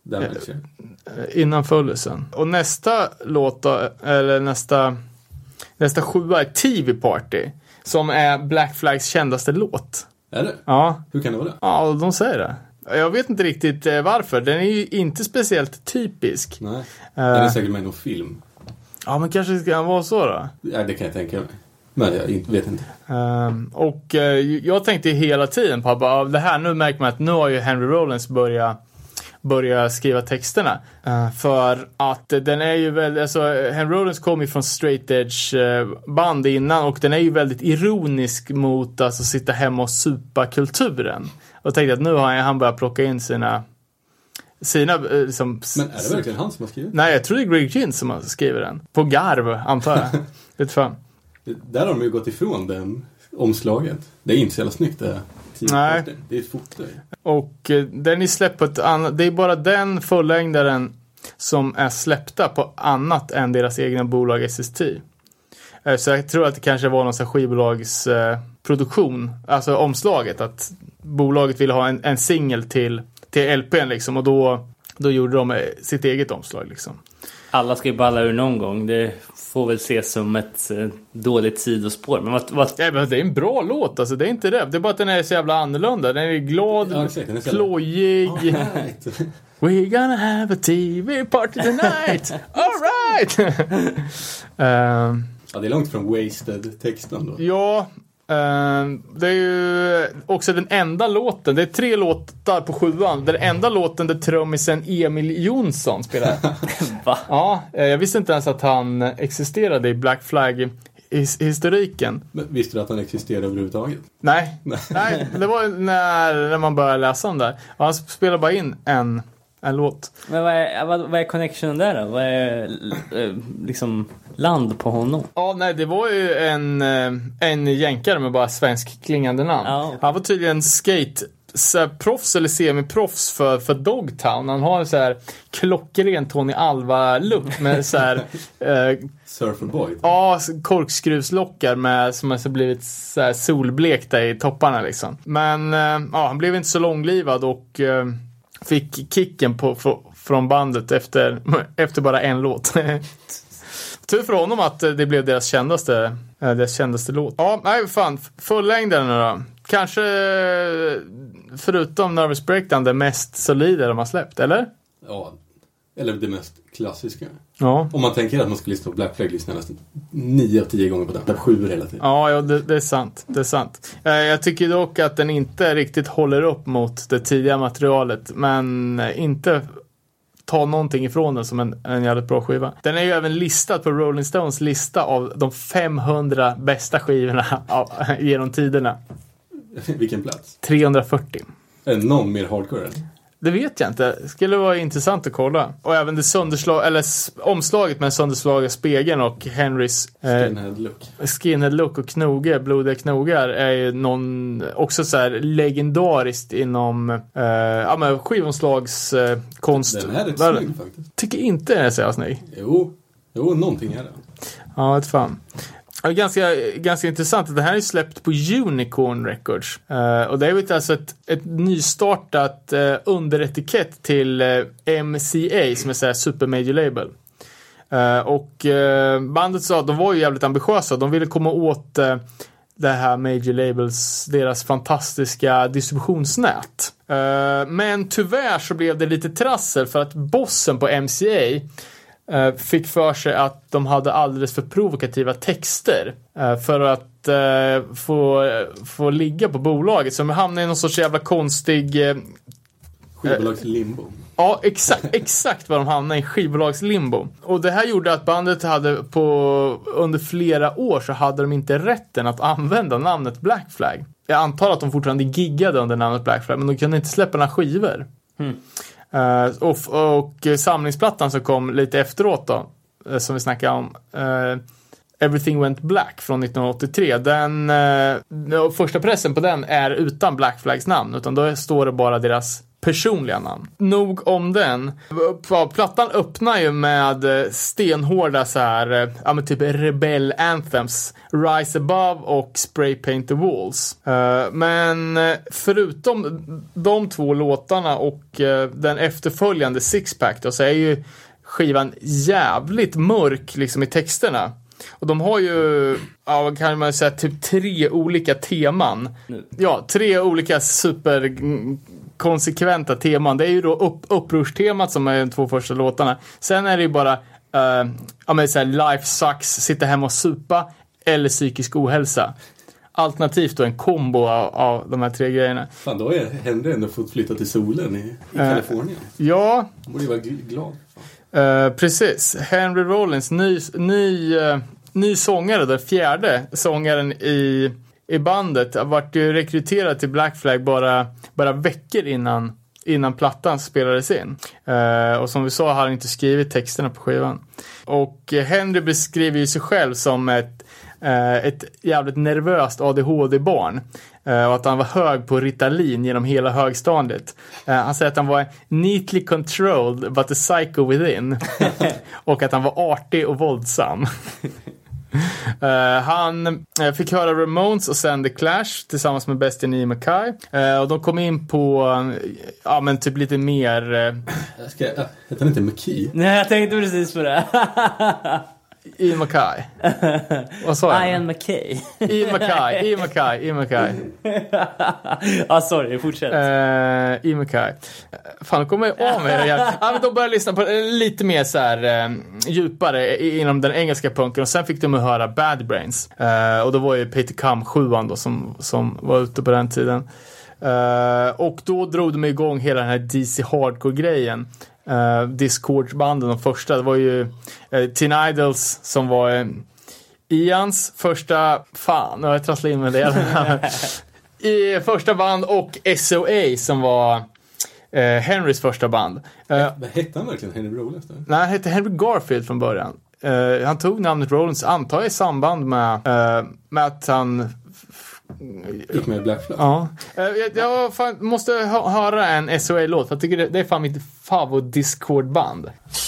följelsen. Och nästa låt då, eller nästa 7 är TV Party, som är Black Flags kändaste låt. Är det? Ja. Hur kan det vara det? Ja, de säger det. Jag vet inte riktigt varför. Den är ju inte speciellt typisk. Nej, den är säkert med i någon film. Ja, men kanske ska den vara så då? Ja, det kan jag tänka mig. Men jag vet inte. Och jag tänkte hela tiden på det här, nu märker man att nu har ju Henry Rollins börja skriva texterna. För att den är ju väldigt, alltså Henry Rollins kom ju från straight edge band innan, och den är ju väldigt ironisk mot alltså sitta hemma och supa kulturen. Och tänkte att nu har han börjat plocka in sina liksom, men är det verkligen han som har skrivit? Nej, jag tror det är Greg Ginn som har skrivit den. På garv, antar jag. Vet fan. Där har de ju gått ifrån den omslaget. Det är inte så jävla snyggt det. Nej. Det är ett foto. Och den är släppt på ett annat... Det är bara den fullängdaren som är släppta på annat än deras egna bolag SST. Så jag tror att det kanske var någon sån här skivbolags produktion. Alltså omslaget. Att bolaget ville ha en singel till LPn liksom. Och då gjorde de sitt eget omslag liksom. Alla ska ju balla ur någon gång. Det får väl ses som ett dåligt sidospår. Men vad... Ja, men det är en bra låt, alltså. Det är inte det. Det är bara att den är så jävla annorlunda. Den är glad, plojig. Right. We're gonna have a TV party tonight. All right. Ja, det är långt från Wasted-texten då. Ja, det är ju också den enda låten. Det är 3 låtar på 7an. Det är den enda låten där trummisen Emil Jonsson spelar. Va? Ja, jag visste inte ens att han existerade i Black Flag-historiken. Men visste du att han existerar överhuvudtaget? Nej, det var när man började läsa om det. Och han spelar bara in en låt. Men vad är connectionen där då? Vad är liksom land på honom? Ja, nej, det var ju en jänkare med bara svensk klingande namn. Ja. Han var tydligen proffs eller semiproffs för Dogtown. Han har en så här klockren Tony Alva-look med så här Surferboy. ja, korkskruvslockar som har blivit så här solblekta i topparna liksom. Men han blev inte så långlivad och fick kicken från bandet efter bara en låt. Tur för honom att det blev deras kändaste låt. Ja, nej fan, fullängden nu då. Kanske förutom Nervous Breakdown det mest solida de har släppt, eller? Ja, eller det mest klassiska. Ja. Om man tänker att man skulle lyssna på Black Flag, lyssna nästan 9 av 10 gånger på den. Det är 7 hela tiden. Ja, det är sant. Det är sant. Jag tycker dock att den inte riktigt håller upp mot det tidiga materialet, men inte ta någonting ifrån den som en jävligt bra skiva. Den är ju även listad på Rolling Stones lista av de 500 bästa skivorna genom tiderna. Vilken plats? 340. Är det någon mer hardcore än? Det vet jag inte. Det skulle vara intressant att kolla. Och även det omslaget med en sönderslagen spegeln och Henrys skinhead look och blodiga knogar är ju också så här legendariskt inom skivomslagskonst. Den här är rätt snygg faktiskt. Tycker inte den är så snygg. Jo, någonting är det. Ja, ett fan. Ganska intressant att det här är släppt på Unicorn Records. Och det är ju alltså ett nystartat underetikett till MCA som är så här super major label. Och bandet sa att de var ju jävligt ambitiösa. De ville komma åt det här major labels, deras fantastiska distributionsnät. Men tyvärr så blev det lite trassel för att bossen på MCA fick för sig att de hade alldeles för provokativa texter för att få ligga på bolaget. Så de hamnade i någon sorts jävla konstig skivbolagslimbo. Ja, exakt vad de hamnade i, skivbolagslimbo. Och det här gjorde att bandet under flera år så hade de inte rätten att använda namnet Black Flag. Jag antar att de fortfarande giggade under namnet Black Flag, men de kunde inte släppa några skivor. Och samlingsplattan som kom lite efteråt då, som vi snackade om, Everything Went Black från 1983, den första pressen på den är utan Black Flags namn, utan då står det bara deras personliga namn. Nog om den. Plattan öppnar ju med stenhårda så här, typ rebell anthems, Rise Above och Spray Paint the Walls. Men förutom de 2 låtarna och den efterföljande Sixpack då, så är ju skivan jävligt mörk liksom i texterna. Och de har ju, kan man säga, typ 3 olika teman. Ja, 3 olika superkonsekventa teman. Det är ju då upprorstemat som är de 2 första låtarna. Sen är det ju bara så här, life sucks, sitta hemma och supa eller psykisk ohälsa. Alternativt då en kombo av de här 3 grejerna. Fan, då är Henry ändå fått flytta till solen i Kalifornien. Ja. Borde ju vara glad. Precis. Henry Rollins, ny sångare, den 4:e sångaren i bandet, har varit rekryterad till Black Flag bara veckor innan plattan spelades in. Och som vi sa har han inte skrivit texterna på skivan. Och Henry beskriver ju sig själv som ett jävligt nervöst ADHD-barn. Och att han var hög på Ritalin genom hela högstadiet. Han säger att han var neatly controlled but a psycho within. Och att han var artig och våldsam. Han fick höra Ramones och sen The Clash tillsammans med Destiny Mackay. Och de kom in på typ lite mer heter han inte McKee? Nej, jag tänkte precis på det. Ian MacKay. Vad sa jag? Ian McKay. Ian MacKay. Sorry, fortsätt. Ian MacKay. Fan, då kommer jag av med det. Ja, men då började jag lyssna på lite mer så här djupare inom den engelska punken. Och sen fick de höra Bad Brains. Och då var ju Peter Cum 7an då som var ute på den tiden. Och då drog de igång hela den här DC Hardcore-grejen. Discord-banden, de första. Det var ju Teen Idols som var Ians första... Fan, nu har jag trasslat in med det. I första band, och SOA som var Henrys första band. Hette han verkligen Henry Rollins då? Nej, han hette Henry Garfield från början. Han tog namnet Rollins, antar jag, i samband med att han gick med Black Flag. Ja. Jag måste höra en SOA-låt, för jag tycker det är fan mitt favorit Discord-band.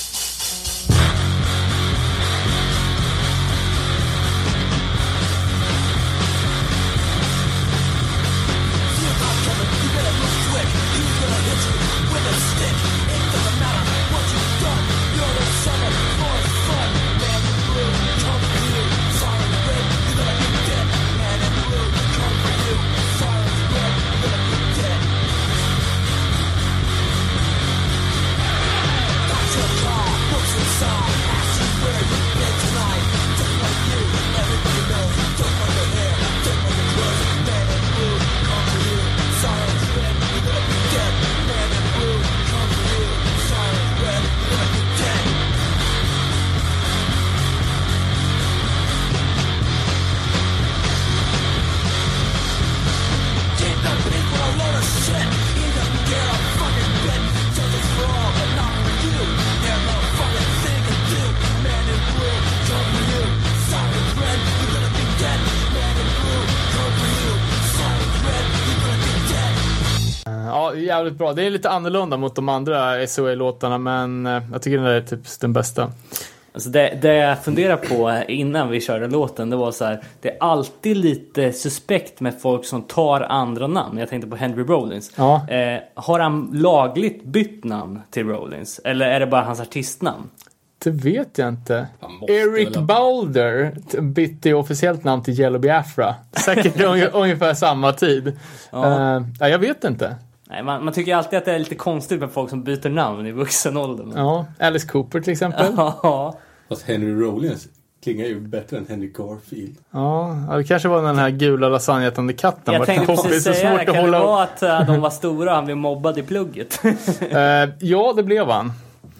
Jävligt bra. Det är lite annorlunda mot de andra SOA-låtarna, men jag tycker den är typ den bästa. Alltså det jag funderar på innan vi körde låten, det var så här: det är alltid lite suspekt med folk som tar andra namn. Jag tänkte på Henry Rollins. Ja. Har han lagligt bytt namn till Rollins? Eller är det bara hans artistnamn? Det vet jag inte. Eric Boulder bytte officiellt namn till Yellow Biafra. Säkert ungefär samma tid. Ja. Jag vet inte. Nej, man tycker alltid att det är lite konstigt med folk som byter namn i vuxen ålder. Ja, Alice Cooper till exempel. Ja. Fast Henry Rollins klingar ju bättre än Henry Garfield. Ja, det kanske var den här gula lasagneätande katten. Jag tänkte precis säga det. Kan det vara att de var stora och han blev mobbad i plugget? Ja, det blev han.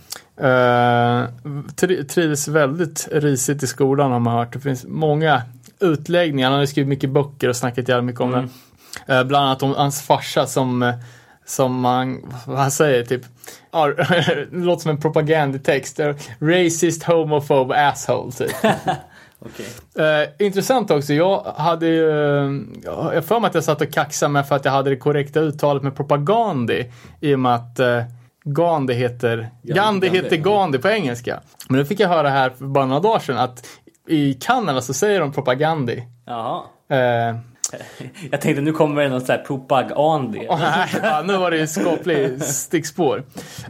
Trivdes väldigt risigt i skolan, har man hört. Det finns många utläggningar. Han har skrivit mycket böcker och snackat jävligt mycket om det. Bland annat om hans farsa som han säger typ, det låter som en propagandatext, racist, homophobe, asshole typ. Okay. Intressant också, jag för mig att jag satt och kaxade mig för att jag hade det korrekta uttalet med propagandi, i och med att Gandhi heter Gandhi på engelska. Men nu fick jag höra här för bara några dagar sedan att i Kanada så säger de propagandi. Jaha. Jag tänkte nu kommer det något så här propagandi. Nu var det en skaplig stickspår.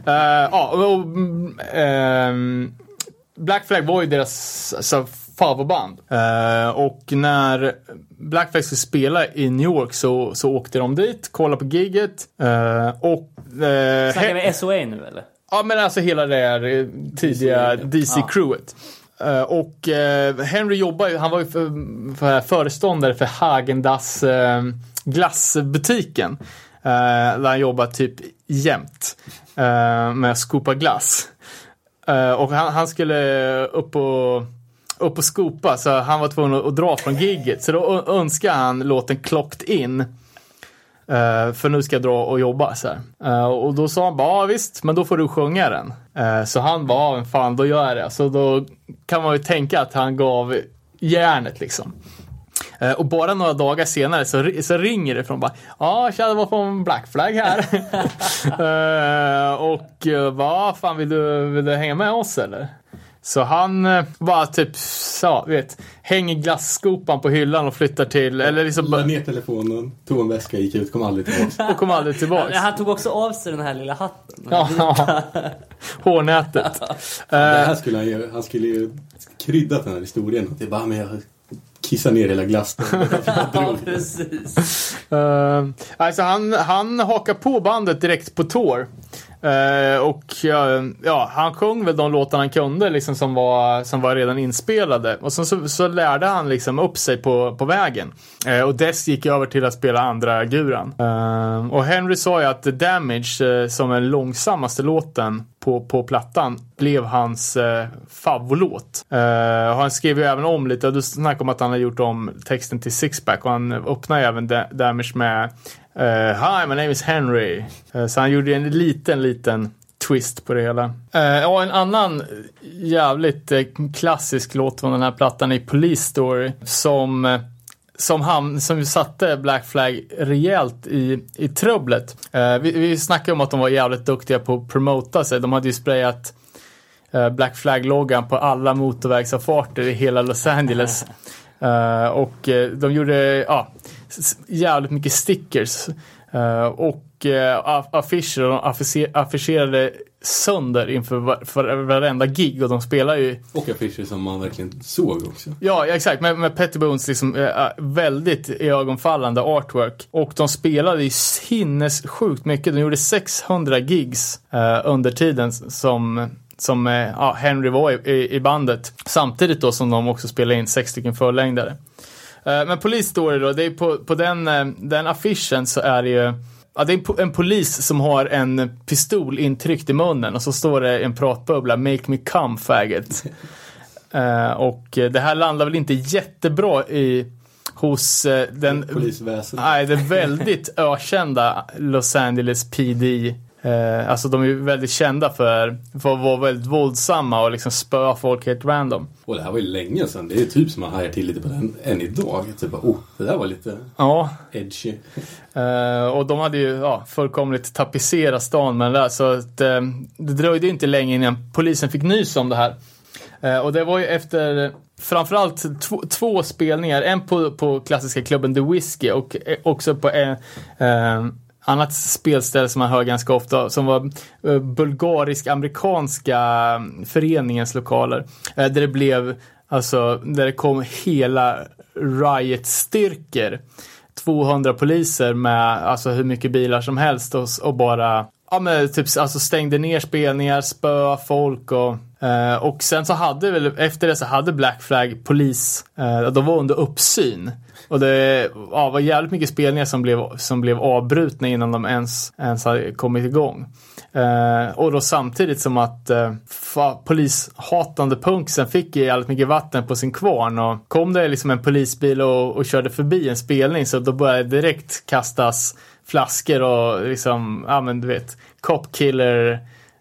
Black Flag var ju deras favoritband. Och när Black Flag skulle spela i New York så åkte de dit, kollade på giget. Snackar vi SOA nu eller? Ja, men alltså hela det här tidiga DC-crewet. Och Henry jobbade, han var ju föreståndare för Häagen-Dazs glassbutiken, där han jobbade typ jämt med att skopa glass. Och han skulle upp och skopa, så han var tvungen att dra från gigget. Så då önskade han låten Clocked In, för nu ska jag dra och jobba så här. Och då sa han bara, ja visst, men då får du sjunga den. Så han bara, fan då gör jag det. Så då kan man ju tänka att han gav järnet liksom. Och bara några dagar senare så ringer det från bara, ja tja, det var från Black Flag här. Och vad fan, vill du hänga med oss eller? Så han bara typ hänger glasskopan på hyllan och flyttar till, eller liksom la ner telefonen, tog en väska, gick ut, kom aldrig tillbaka. Han tog också av sig den här lilla hatten. Ja. Hårnätet. Det här skulle han skulle ju kryddat den här historien. Att det är bara, men jag kissar ner hela glassen. Ja, precis. Alltså han hakar på bandet direkt på tour. Och han sjöng väl de låtarna han kunde liksom, som var redan inspelade. Och så lärde han liksom upp sig på vägen. Och Des gick över till att spela andra guran. Och Henry sa ju att The Damage, som är den långsammaste låten på plattan, blev hans favoritlåt. Och han skrev ju även om lite. Du snackade om att han har gjort om texten till Sixpack. Och han öppnar ju även Damage med Hi, my name is Henry. Så han gjorde en liten twist på det hela. Och en annan jävligt klassisk låt från den här plattan är Police Story, som satte Black Flag rejält i trubblet. Vi snackade om att de var jävligt duktiga på att promota sig. De hade ju sprayat Black Flag-loggan på alla motorvägsavfarter i hela Los Angeles. Och de gjorde jävligt mycket stickers och affischer. De affischerade sönder inför varenda gig, och de spelar ju... Och affischer som man verkligen såg också. Ja, exakt. Med Pettibones liksom, väldigt ögonfallande artwork. Och de spelade ju sinnessjukt mycket. De gjorde 600 gigs under tiden som Henry var i bandet. Samtidigt då som de också spelade in 6 stycken förlängdare. Men Police Story då, det är på den affischen så är det ju... Ja, det är en polis som har en pistol intryckt i munnen, och så står det en pratbubbla, make me come, faggot. Och det här landar väl inte jättebra hos den polisväsendet. Nej, det väldigt ökända Los Angeles PD. Alltså de är ju väldigt kända för att vara väldigt våldsamma och liksom spöa folk helt random. Och det här var ju länge sedan. Det är typ som man hajar till lite på den än idag. Typ, det där var lite edgy. Och de hade ju fullkomligt tapetserat stan med det där. Så att, det dröjde inte länge innan polisen fick nys om det här. Och det var ju efter framförallt två spelningar. En på klassiska klubben The Whiskey, och också på annat spelställe som man hör ganska ofta, som var bulgarisk-amerikanska föreningens lokaler. Där det kom hela riot-styrkor. 200 poliser med alltså hur mycket bilar som helst, och bara stängde ner spelningar, spöa folk och sen så hade Black Flag polis, de var under uppsyn. Och det var jävligt mycket spelningar som blev avbrutna innan de ens hade kommit igång. Och då samtidigt som att polishatande punksen fick jävligt mycket vatten på sin kvarn, och kom det liksom en polisbil och körde förbi en spelning, så då började direkt kastas flaskor och liksom, du vet, cop killer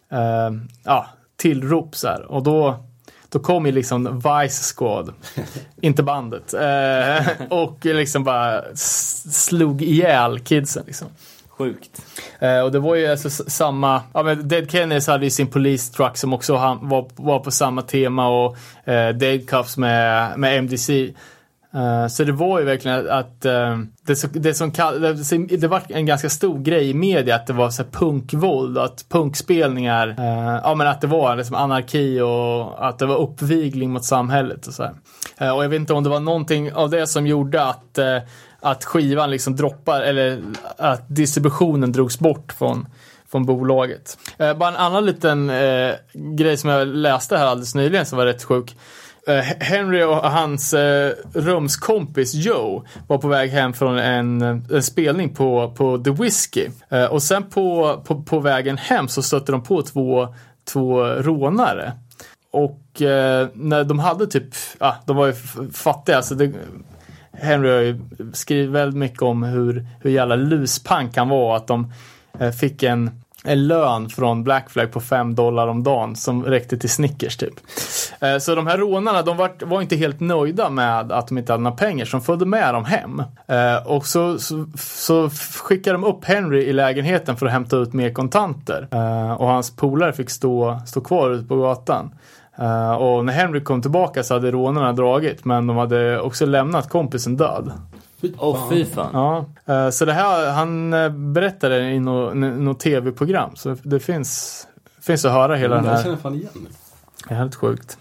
tillrop så här. Och då kom ju liksom Vice Squad, inte bandet, och liksom bara slog ihjäl kidsen liksom. Sjukt. Och det var ju alltså samma... Dead Kennedys hade ju sin police truck som också var på samma tema, och Dead Cuffs med MDC. Så det var ju verkligen att det var en ganska stor grej i media att det var så här punkvåld, att punkspelningar, att det var liksom anarki och att det var uppvigling mot samhället och så här. Och jag vet inte om det var någonting av det som gjorde att skivan liksom droppar, eller att distributionen drogs bort från bolaget. Bara en annan liten grej som jag läste här alldeles nyligen som var rätt sjuk. Henry och hans rumskompis Joe var på väg hem från en spelning på The Whiskey. Och sen på vägen hem så stötte de på två rånare. Och när de hade de var ju fattiga, så Henry har ju skrivit väldigt mycket om hur jävla luspank han var, att de fick en lön från Black Flag på $5 om dagen som räckte till Snickers typ. Så de här rånarna, de var inte helt nöjda med att de inte hade några pengar, så de följde med dem hem. Och så skickade de upp Henry i lägenheten för att hämta ut mer kontanter. Och hans polare fick stå kvar ute på gatan. Och när Henry kom tillbaka så hade rånarna dragit, men de hade också lämnat kompisen död. Fy fan. Ja. Så det här, han berättade i något tv-program, så det finns att höra hela den här. Jag känner fan igen. Det är helt sjukt.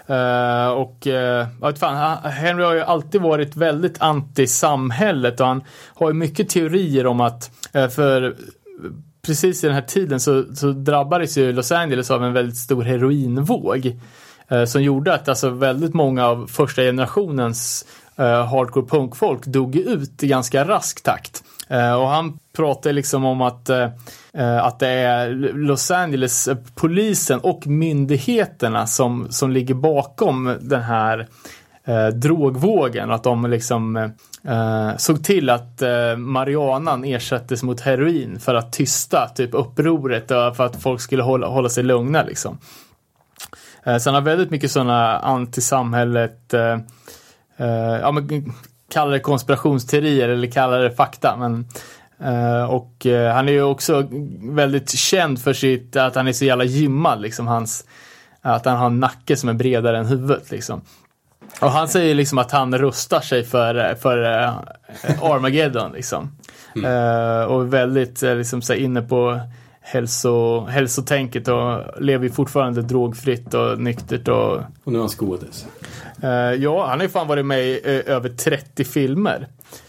Henry har ju alltid varit väldigt anti-samhället, och han har ju mycket teorier om att för precis i den här tiden så drabbades ju Los Angeles av en väldigt stor heroinvåg som gjorde att alltså väldigt många av första generationens hardcore punkfolk dog ut i ganska rask takt. Och han pratar liksom om att det är Los Angeles polisen och myndigheterna som ligger bakom den här drogvågen, och att de liksom såg till att marijuanan ersattes mot heroin för att tysta typ upproret och för att folk skulle hålla sig lugna liksom. Sen har väldigt mycket sådana antisamhället kalla det konspirationsteorier eller kalla det fakta, men han är ju också väldigt känd för att han är så jävla gymmad liksom, att han har en nacke som är bredare än huvudet liksom. Och han säger liksom att han rustar sig för Armageddon liksom. Och väldigt liksom så inne på hälsotänket och lever fortfarande drogfritt och nyktert och nu är han skådis. Ja, han har ju fan varit med i över 30 filmer.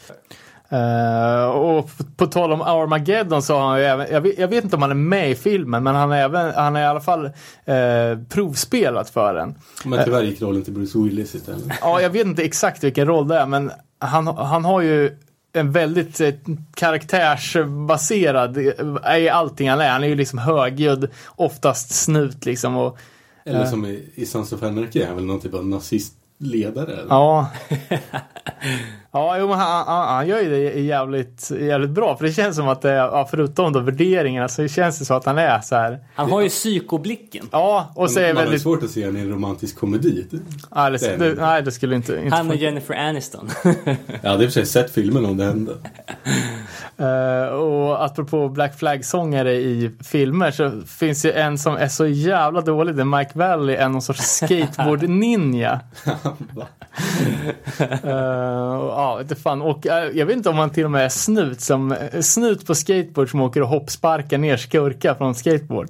Och på tal om Armageddon så har han ju även, jag vet inte om han är med i filmen, men han är i alla fall provspelat för den. Men tyvärr gick rollen till Bruce Willis istället. Ja, jag vet inte exakt vilken roll det är, men han har ju en väldigt karaktärsbaserad i allting han är. Han är ju liksom högljudd, oftast snut liksom. Och, eller som i Sons of Anarchy är han väl någon typ av nazistledare? Eller? Ja. Ja, jo, men han gör ju det jävligt bra. För det känns som att det, förutom då värderingarna, så känns det så att han är så här. Han har ju psykoblicken. Ja, och så är väldigt... väldigt svårt att se en romantisk komedi. Nej, det skulle inte han och Jennifer Aniston. Jag hade i och för sig sett filmen om det hände. Och apropå Black Flag-sångare i filmer, så finns ju en som är så jävla dålig. Det är Mike Valley, en någon sorts skateboard-ninja. Ja, inte fan. Och jag vet inte om han till och med är snut på skateboard som åker och hoppsparkar ner skurka från skateboard.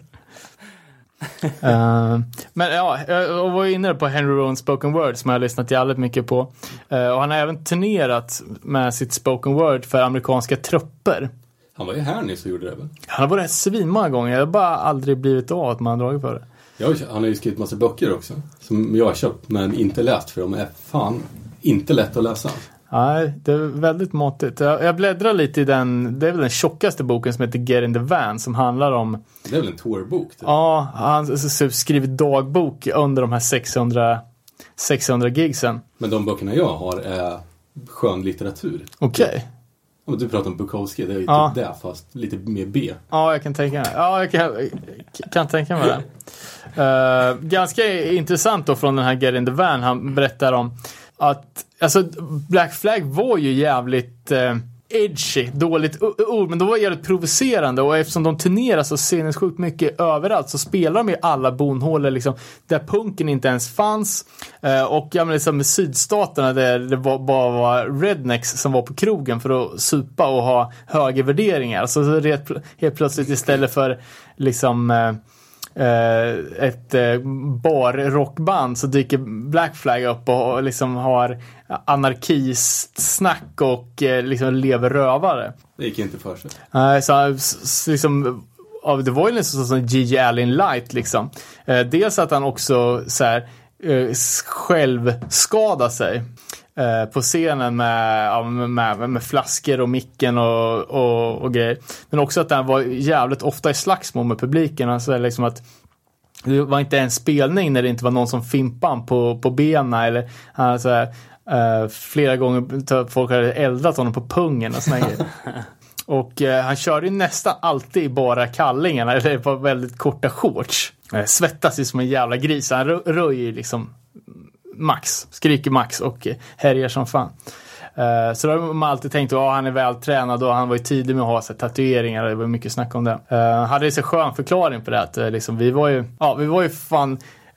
Men ja, jag var inne på Henry Rowan's spoken word som jag har lyssnat jävligt mycket på. Och han har även turnerat med sitt spoken word för amerikanska trupper. Han var ju här nyss och gjorde det väl? Han har varit svinmånga gånger. Jag har bara aldrig blivit av att man har dragit för det. Han har ju skrivit massa böcker också som jag har köpt men inte läst, för de är fan inte lätt att läsa. Nej, det är väldigt måttigt. Jag bläddrar lite i den, det är väl den tjockaste boken som heter Get in the Van, som handlar om... Det är väl en tourbok? Typ. Ja, han har skrivit dagbok under de här 600 gigsen. Men de böckerna jag har är skönlitteratur. Okej. Okay. Om du pratar om Bukowski, det är ju typ det, fast lite mer B. Ja, jag kan tänka mig. Ja, jag kan tänka mig det. Ganska intressant då från den här Get in the Van. Han berättar om att alltså, Black Flag var ju jävligt edgy, dåligt ord, men de var jävligt provocerande, och eftersom de turnerar så sinnessjukt mycket överallt så spelar de i alla bonhålor liksom, där punken inte ens fanns, och jag menar liksom med sydstaterna där det bara var rednecks som var på krogen för att supa och ha höga värderingar, så helt plötsligt istället för liksom ett bar-rockband så dyker Black Flag upp och liksom har anarkistsnack och liksom lever rövare. Det gick inte för sig. Så liksom, det var ju nästan som Gigi Allen Light liksom. Dels att han också så här, själv skadade sig på scenen med flaskor och micken och grejer. Men också att han var jävligt ofta i slagsmål med publiken. Alltså liksom att det var inte en spelning när det inte var någon som fimpade på benen, eller alltså, flera gånger folk hade eldat honom på pungen och såna grejer. Och han körde ju nästan alltid bara kallingarna eller på väldigt korta shorts. Svettas ju som en jävla gris. Han röjer liksom max, skriker max och härjar som fan. Så då har man alltid tänkt att han är vältränad och han var ju tidig med att ha så tatueringar, det var mycket snack om det. Hade ju så skön förklaring på det att liksom, vi var ju fan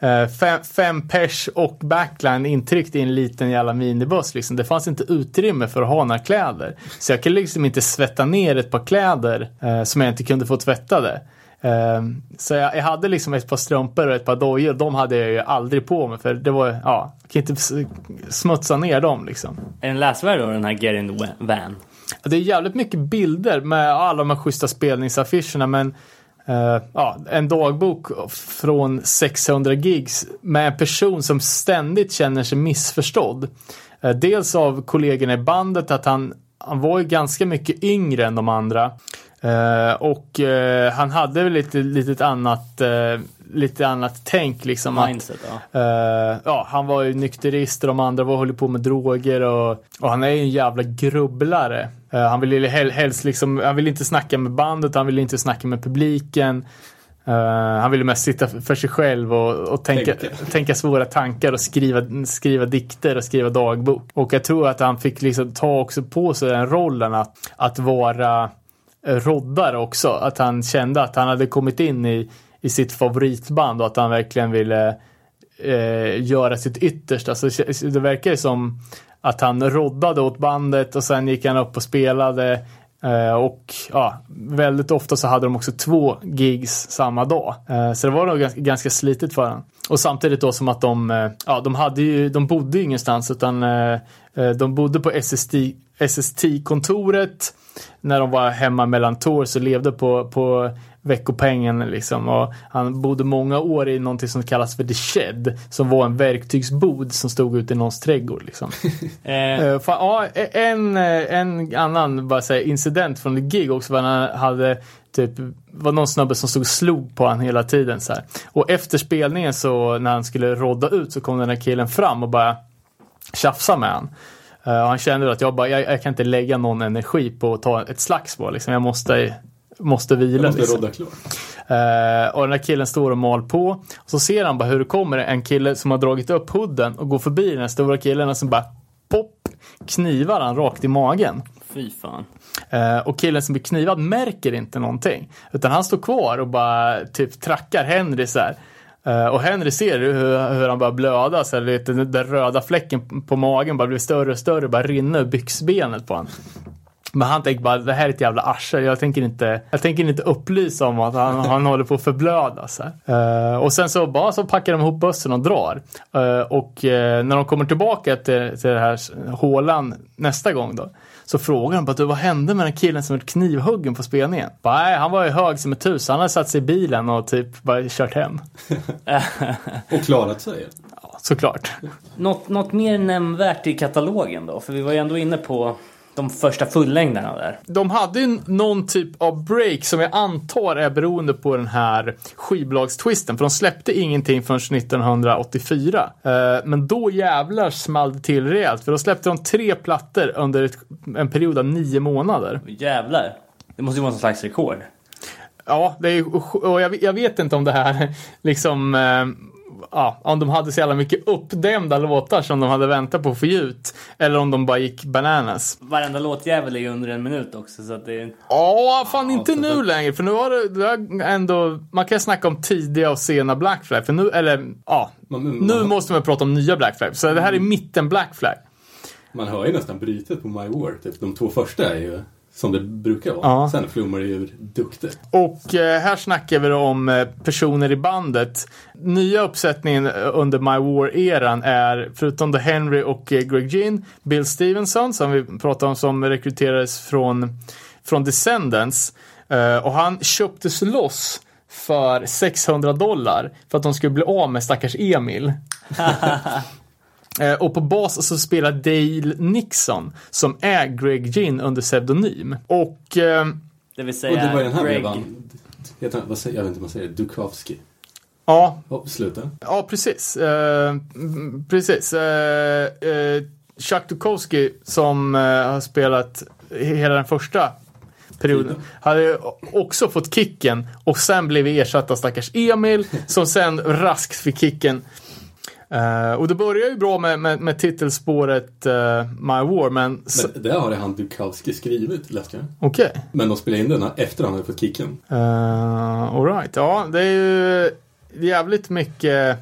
5 pers och backline intryckt i en liten jävla minibuss liksom. Det fanns inte utrymme för att ha några kläder, så jag kunde liksom inte svetta ner ett par kläder som jag inte kunde få tvättade. Så jag hade liksom ett par strumpor och ett par dojor. De hade jag ju aldrig på mig, för det var, jag kan inte smutsa ner dem liksom. Är den läsvärd då, den här Get in the Van? Det är jävligt mycket bilder med alla de här schyssta spelningsaffischerna, men en dagbok från 600 gigs med en person som ständigt känner sig missförstådd. Dels av kollegorna i bandet, att han var ju ganska mycket yngre än de andra. Och han hade väl lite annat tänk liksom. Mindset, han var ju nykterist och de andra håller på med droger, och han är ju en jävla grubblare. Han ville helst liksom, han ville inte snacka med bandet, han ville inte snacka med publiken. Han ville mest sitta för sig själv och tänka svåra tankar och skriva dikter och skriva dagbok. Och jag tror att han fick liksom ta också på sig den rollen att vara roddare också. Att han kände att han hade kommit in i sitt favoritband och att han verkligen ville göra sitt yttersta. Så det verkar som att han roddade åt bandet och sen gick han upp och spelade. Och väldigt ofta så hade de också 2 gigs samma dag. Så det var nog ganska slitigt för han. Och samtidigt då som att de bodde ju ingenstans, utan de bodde på SST-kontoret när de var hemma mellan tours och levde på veckopengen liksom. Och han bodde många år i någonting som kallas för The Shed, som var en verktygsbod som stod ute i någons trädgård liksom. En annan bara säga incident från The Gig också, var när han hade var någon snubbe som stod och slog på han hela tiden så här. Och efter spelningen, så när han skulle rodda ut, så kom den här killen fram och bara tjafsa med han. Och han kände att jag kan inte lägga någon energi på att ta ett slagsmål liksom. Jag måste vila liksom. Rodda klart. Och den här killen står och mal på, och så ser han bara hur det kommer en kille som har dragit upp hudden och går förbi den stora killen, och så bara pop, knivar han rakt i magen. Fy fan. Och killen som blir knivad märker inte någonting, utan han står kvar och bara typ trackar Henry så här. Och Henry ser hur han bara blöda, så här, den röda fläcken på magen bara blir större och större, bara rinner byxbenet på han. Men han tänker bara, det här är ett jävla arsel. Jag tänker inte upplysa om att han håller på att förblöda. Och sen så packar de ihop bussen och drar. Och när de kommer tillbaka till det här hålan nästa gång då, så frågar de bara, vad hände med den killen som var knivhuggen på spelningen? Nej, han var ju hög som ett hus. Han hade satt sig i bilen och typ bara kört hem. Och klarat sig. Ja, såklart. Något mer nämnvärt i katalogen då? För vi var ju ändå inne på de första fullängderna där. De hade ju någon typ av break som jag antar är beroende på den här skivbolagstwisten. För de släppte ingenting förrän 1984. Men då jävlar small det till rejält. För då släppte de 3 plattor under en period av 9 månader. Jävlar. Det måste ju vara någon slags rekord. Ja, det är, och jag vet inte om det här liksom... om de hade så jävla mycket uppdämda låtar som de hade väntat på att få ut, eller om de bara gick bananas. Varenda låtjävel är ju under 1 minut också, så att det är... Inte nu längre, för nu har det ändå, man kan snacka om tidiga och sena Black Flag, för nu, nu måste man prata om nya Black Flag, så det här är mitten Black Flag. Man hör ju nästan brytet på My War, typ. De 2 första är ju som det brukar vara. Sen flummar det ju duktigt. Och här snackar vi om personer i bandet. Nya uppsättningen under My War-eran är, förutom då Henry och Greg Ginn, Bill Stevenson, som vi pratade om, som rekryterades från Descendants. Och han köptes loss för $600 för att de skulle bli av med stackars Emil. Och på bas så spelar Dale Nixon, som är Greg Ginn under pseudonym. Och det vill säga, och det var den här Greg... jag vet inte vad man säger, Dukowski. Ja. Sluta. Ja, precis. Chuck Dukowski, som har spelat hela den första perioden, hade också fått kicken, och sen blev ersatt av stackars Emil, som sen raskt fick kicken. Och det börjar ju bra med titelspåret My War, men det har han Dukowski skrivit, läste jag. Okej. Men de spelade in den efter han hade fått kicken. All right. Ja, det är ju jävligt mycket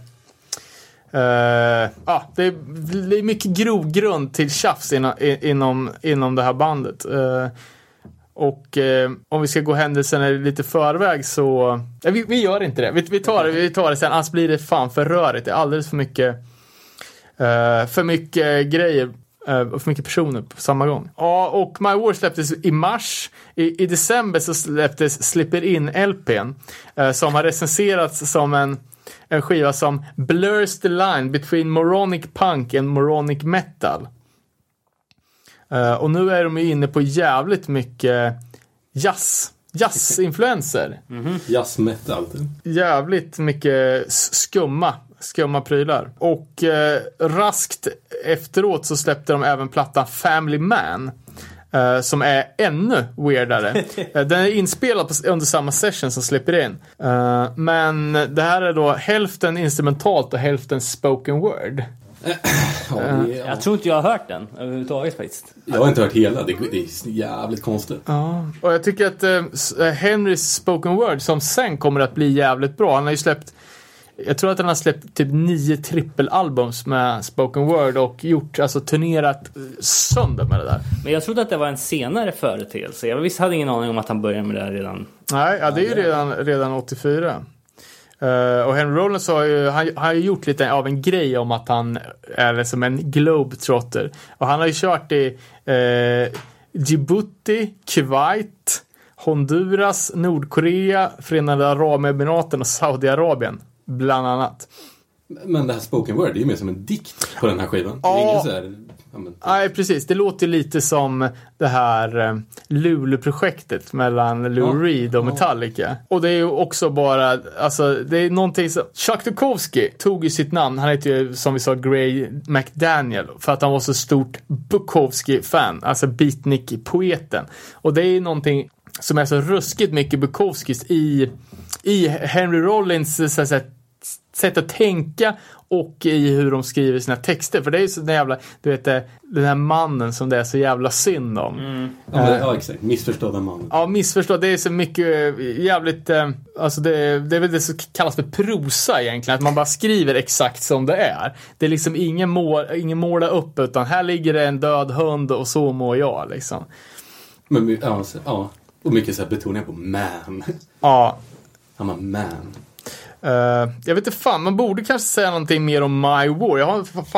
det är mycket grogrund till tjafs inom det här bandet. Och om vi ska gå händelserna lite förväg så... vi gör inte det. Vi tar det sen. Annars blir det fan för rörigt. Det är alldeles för mycket grejer och för mycket personer på samma gång. Ja, och My War släpptes i mars. I december så släpptes Slipper In-LPn som har recenserats som en skiva som blurs the line between moronic punk and moronic metal. Och nu är de inne på jävligt mycket jazz-influenser. Jazz metal. Jävligt mycket skumma prylar. Och raskt efteråt så släppte de även plattan Family Man. Som är ännu weirdare. Den är inspelad under samma session som Slipper In. Men det här är då hälften instrumentalt och hälften spoken word. Jag tror inte jag har hört den överhuvudtaget faktiskt. Jag har inte hört hela, det är jävligt konstigt. Ja, och jag tycker att Henrys spoken word som sen kommer att bli jävligt bra. Han har ju släppt, jag tror att han har släppt typ 9 trippelalbums med spoken word och turnerat sönder med det där. Men jag trodde att det var en senare företeelse. Jag visst hade ingen aning om att han började med det här redan. Nej, ja, det är ju redan 84. Och Henry Rollins har ju gjort lite av en grej om att han är som en globetrotter. Och han har ju kört i Djibouti, Kuwait, Honduras, Nordkorea, Förenade Arabemiraten och Saudiarabien bland annat. Men det här spoken word, det är ju mer som en dikt på den här skivan. Ja. Det är ingen så här... Nej, precis. Det låter lite som det här Lulu-projektet mellan Lou Reed och Metallica. Och det är ju också bara, det är någonting som... Chuck Dukowski tog ju sitt namn, han heter ju som vi sa Gray McDaniel, för att han var så stort Bukowski-fan, alltså beatnik-poeten. Och det är ju någonting som är så ruskigt mycket Bukowskis i Henry Rollins sätt att tänka och i hur de skriver sina texter. För det är ju så jävla, du vet, den här mannen som det är så jävla synd om. Ja, exakt. Missförstådda mannen. Ja, missförstådd. Det är så mycket jävligt, det är väl det som kallas för prosa egentligen. Att man bara skriver exakt som det är. Det är liksom ingen måla upp, utan här ligger det en död hund och så mår jag liksom. Men, ja. Och mycket så här betonar på man. Ja. Han var man. Jag vet inte fan, man borde kanske säga någonting mer om My War. Jag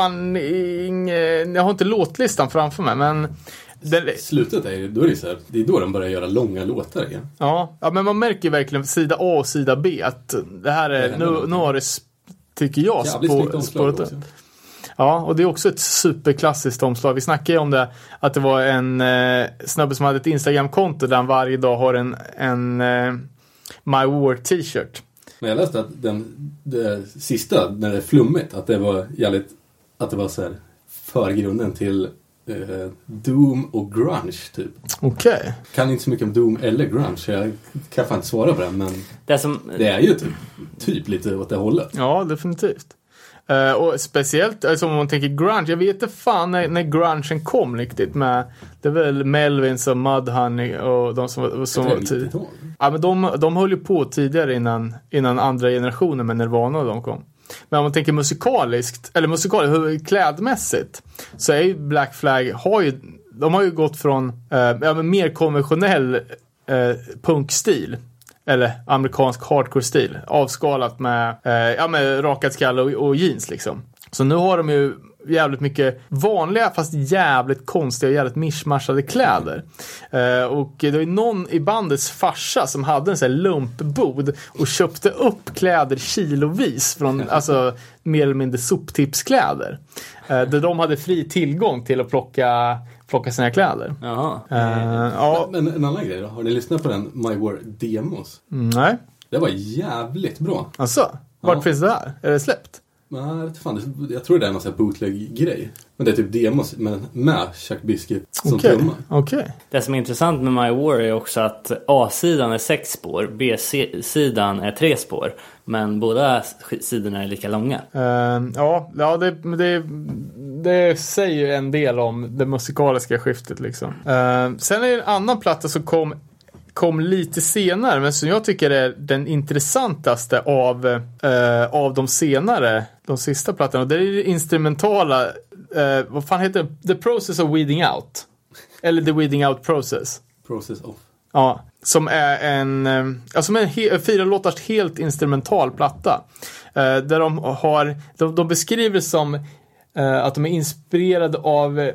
har inte låtlistan framför mig, men slutet är då är det så här, det är då de börjar göra långa låtar igen. Ja, men man märker verkligen sida A och sida B att det här är nu har det, tycker jag, spåret upp. Ja, och det är också ett superklassiskt omslag. Vi snackade ju om det, att det var en snubbe som hade ett Instagram-konto där han varje dag har en My War t-shirt. Men jag läste att det sista, när det är flummigt, att det var så här förgrunden till Doom och grunge typ. Okej. Kan inte så mycket om Doom eller grunge, så jag kan fan inte svara på det, men det är ju typ lite åt det hållet. Ja, definitivt. Och speciellt om man tänker grunge, jag vet inte fan när grungen kom riktigt med, det är väl Melvins och Mudhoney och de som var tidigt. Ja, men de höll ju på tidigare innan andra generationen med Nirvana och de kom. Men om man tänker musikaliskt klädmässigt, så är ju Black Flag de har ju gått från mer konventionell punkstil eller amerikansk hardcore-stil, avskalat med rakad skall och jeans liksom. Så nu har de ju jävligt mycket vanliga fast jävligt konstiga och jävligt mischmaschade kläder. Och det var ju någon i bandets farsa som hade en sån här lumpbod och köpte upp kläder kilovis från mer eller mindre soptipskläder. Där de hade fri tillgång till att plocka sina kläder. Jaha. Men en annan grej då. Har ni lyssnat på den My War Demos? Nej. Det var jävligt bra. Alltså, vart finns det här? Är det släppt? Nej, jag tror det är någon sån här bootleg-grej. Men det är typ demos med Chuck Biscuit som trummar. Okej. Det som är intressant med My War är också att A-sidan är 6 spår, B-sidan är 3 spår. Men båda sidorna är lika långa. Det säger ju en del om det musikaliska skiftet liksom. Sen är det en annan platta som kom lite senare, men som jag tycker är den intressantaste av de sista plattorna. Och det är det instrumentala, vad fan heter det? The Process of Weeding Out. Eller The Weeding Out Process. Process of. Ja, som är en 4 låtars helt instrumental platta. Där de beskriver det som att de är inspirerade av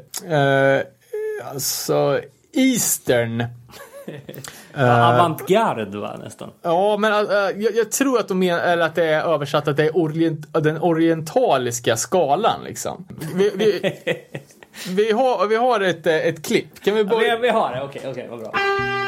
Eastern. Avantgarde va, nästan. Ja, men jag tror att de menar, eller att det är översatt att det är den orientaliska skalan liksom. Vi har ett klipp. Kan vi börja? Ja, vi har det. Okej, vad bra.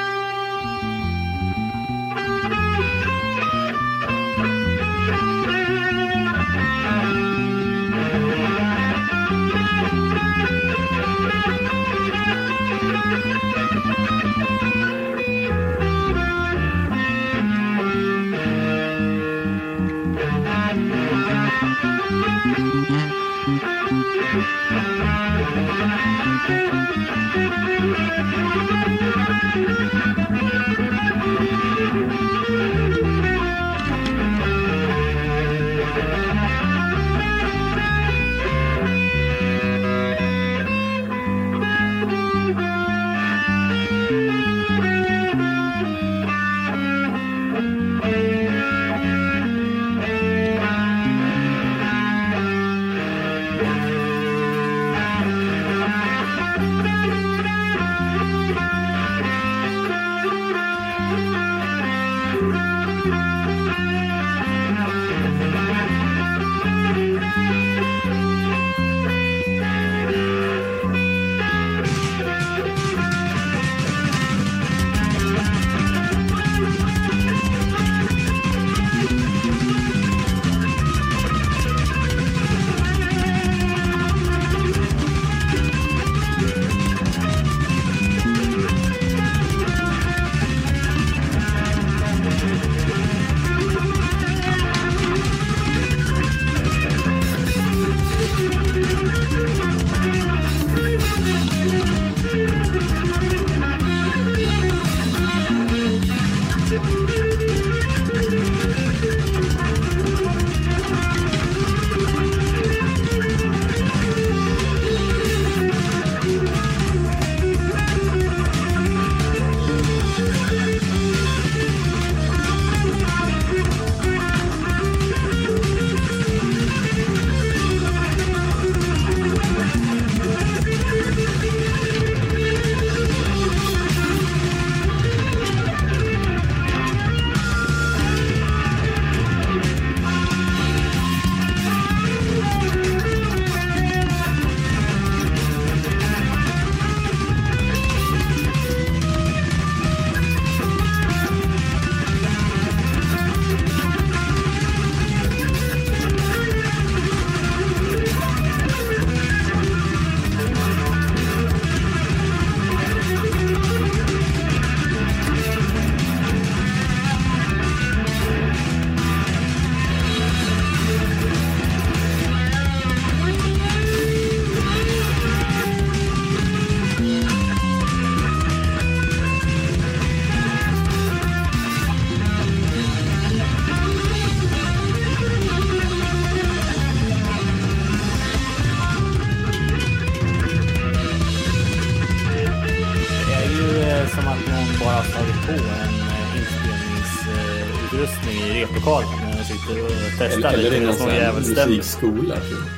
Inspelningsutrustning i replokalen när jag sitter och testar eller lite någon sån här musikskola.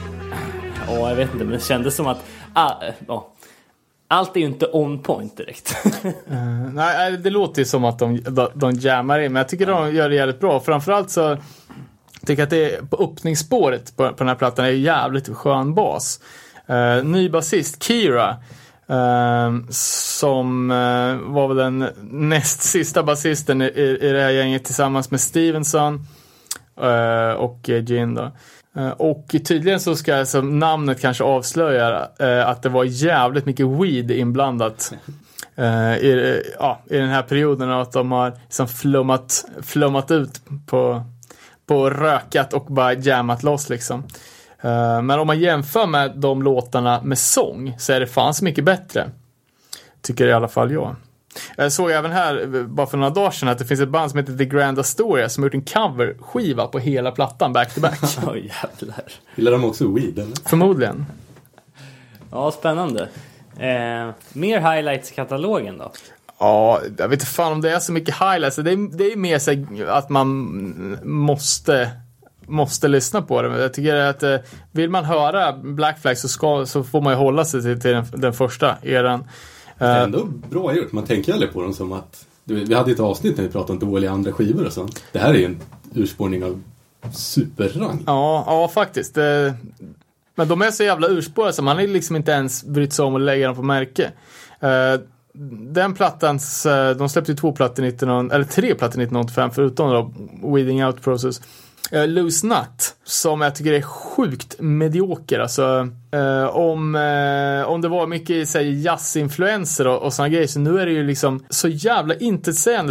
Ja, jag vet inte, men det kändes som att allt är ju inte on point direkt. Nej, det låter ju som att de jammar in, men jag tycker de gör det jävligt bra. Framförallt så tycker jag att det är på öppningsspåret på den här plattan är jävligt skön bas. Ny basist Kira, som var väl den näst sista basisten i det här gänget tillsammans med Stevenson och Gin då. Och tydligen så ska alltså namnet kanske avslöja att det var jävligt mycket weed inblandat i den här perioden, och att de har liksom flummat ut på rökat och bara jammat loss liksom. Men om man jämför med de låtarna med sång så är det fan så mycket bättre, tycker i alla fall jag. Jag såg även här bara för några dagar sedan att det finns ett band som heter The Grand Astoria som har gjort en coverskiva på hela plattan back to back. Åh jävlar. Gillar de också weed eller? Förmodligen. Ja, spännande. Mer highlights i katalogen då? Ja, jag vet inte fan om det är så mycket highlights. Det är mer så att man måste lyssna på det. Men jag tycker att vill man höra Black Flag så får man ju hålla sig till den första eran. Det är ändå bra gjort. Man tänker aldrig på dem som att... Vi hade ett avsnitt när vi pratade om dåliga andra skivor och sånt. Det här är ju en urspårning av superrang. Ja, faktiskt. Men de är så jävla urspårade så man är liksom inte ens brytt sig om att lägga dem på märke. Den plattan, de släppte ju 3 plattor 1985 förutom då Weeding Out Process. Loose Nut, som jag tycker är sjukt medioker. Alltså, om det var mycket så här, jazzinfluenser och såna grejer, så nu är det ju liksom så jävla intetsägande.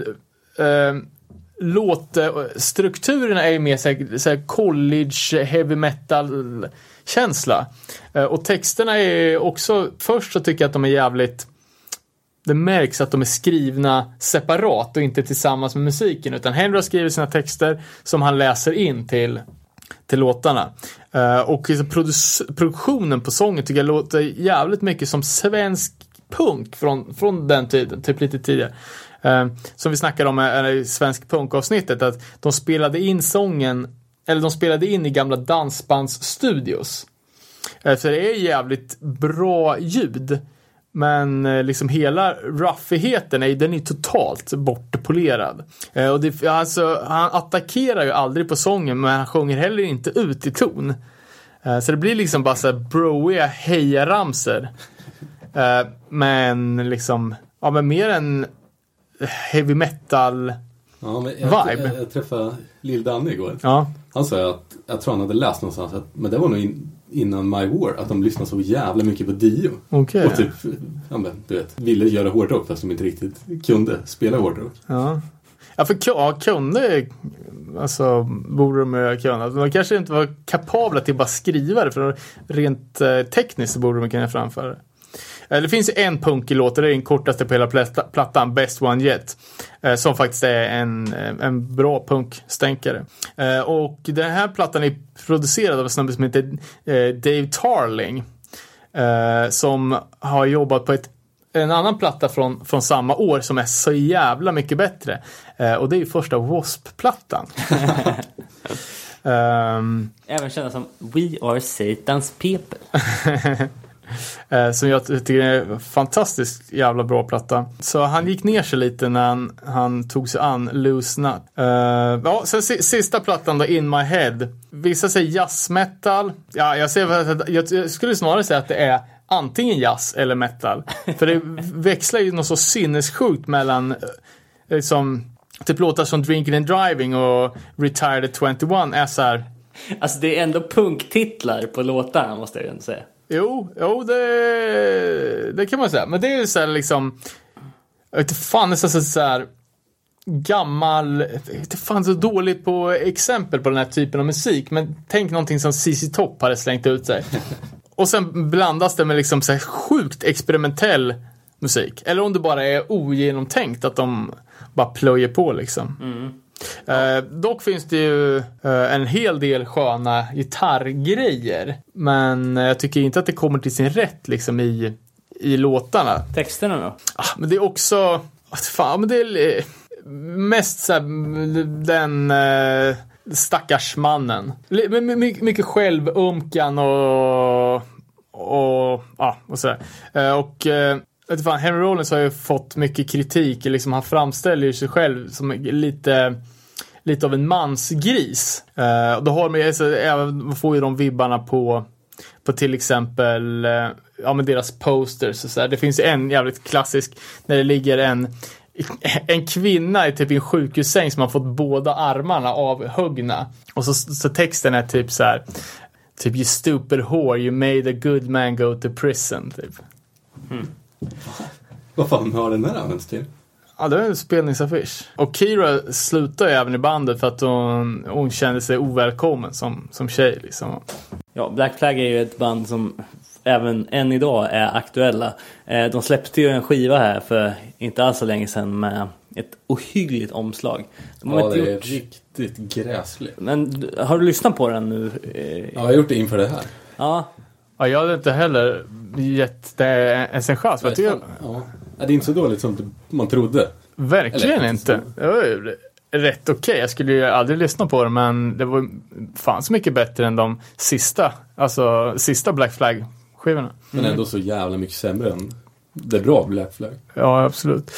Låtstrukturerna är ju mer så här college heavy metal känsla. Och texterna är också, först så tycker jag att de är jävligt, det märks att de är skrivna separat och inte tillsammans med musiken, utan Henry har skrivit sina texter som han läser in till låtarna. Och produktionen på sången tycker jag låter jävligt mycket som svensk punk från den tiden, typ lite tidigare. Som vi snackade om i svensk punkavsnittet, att de spelade in sången, eller de spelade in i gamla dansbandsstudios. Så det är jävligt bra ljud. Men liksom hela ruffigheten den är totalt bortpolerad. Och alltså, han attackerar ju aldrig på sången, men han sjunger heller inte ut i ton. Så det blir liksom bara så här broiga hejaramser. Men liksom, ja, men mer en heavy metal vibe. Jag träffade Lil Danne igår. Ja. Han sa att, jag tror han hade läst någonstans att, men det var nog innan My War, att de lyssnade så jävla mycket på Dio. Okay. Och typ, ja men du vet, ville göra hårdrock fast de inte riktigt kunde spela hårdrock. Ja, för kunde, alltså borde de kunna. De kanske inte var kapabla till att bara skriva det, för rent tekniskt så borde de kunna framföra det. Det finns en punk i låten, det är den kortaste på hela plattan, Best One Yet, som faktiskt är en bra punkstänkare. Och den här plattan är producerad av en snubbe som heter Dave Tarling, som har jobbat på en annan platta från samma år som är så jävla mycket bättre. Och det är ju första Wasp-plattan. Även kända som We Are Satan's People. Som jag tycker är en fantastiskt jävla bra platta. Så han gick ner sig lite när han tog sig an Loose Nut. Ja, sen sista plattan då, In My Head. Vissa säger jazz metal. Ja, jag skulle snarare säga att det är antingen jazz eller metal. För det växlar ju något så sinnessjukt mellan liksom, typ låtar som Drinking and Driving och Retired at 21 är så här. Alltså det är ändå punktitlar på låtarna, måste jag ju ändå säga. Jo, det kan man säga. Men det är ju så här liksom, jag vet inte fan, nästan så här gammal, jag vet inte fan, så dåligt på exempel på den här typen av musik. Men tänk någonting som ZZ Top hade slängt ut sig. Och sen blandas det med liksom så här sjukt experimentell musik. Eller om det bara är ogenomtänkt, att de bara plöjer på liksom. Dock finns det ju en hel del sköna gitarrgrejer, men jag tycker inte att det kommer till sin rätt liksom i låtarna. Texterna då? Men det är också fan, men det är mest så här, den stackars mannen. Mycket självömkan och sådär. Och Henry Rollins har ju fått mycket kritik. Liksom, han framställer ju sig själv som lite av en mansgris. Då har man får ju de vibbarna på till exempel med deras posters och så här. Det finns en jävligt klassisk när det ligger en kvinna i typ en sjukhussäng som har fått båda armarna avhuggna. Och så texten är typ så här, typ you stupid whore, you made a good man go to prison typ. Vad fan har den här använts till? Ja, det är en spelningsaffisch. Och Kira slutar ju även i bandet för att hon kände sig ovälkommen som tjej liksom. Ja, Black Flag är ju ett band som även än idag är aktuella. De släppte ju en skiva här för inte alls så länge sedan med ett ohyggligt omslag. Det är riktigt gräsligt. Men har du lyssnat på den nu? Ja, jag har gjort det inför det här. Ja. Ja, jag hade inte heller gett det en chans. Ja. Ja, det är inte så dåligt som man trodde. Verkligen Eller, inte. Det var ju rätt okej. Jag skulle ju aldrig lyssna på det, men det var fan så mycket bättre än de sista Black Flag-skivorna. Men ändå så jävla mycket sämre än det bra Black Flag. Ja, absolut.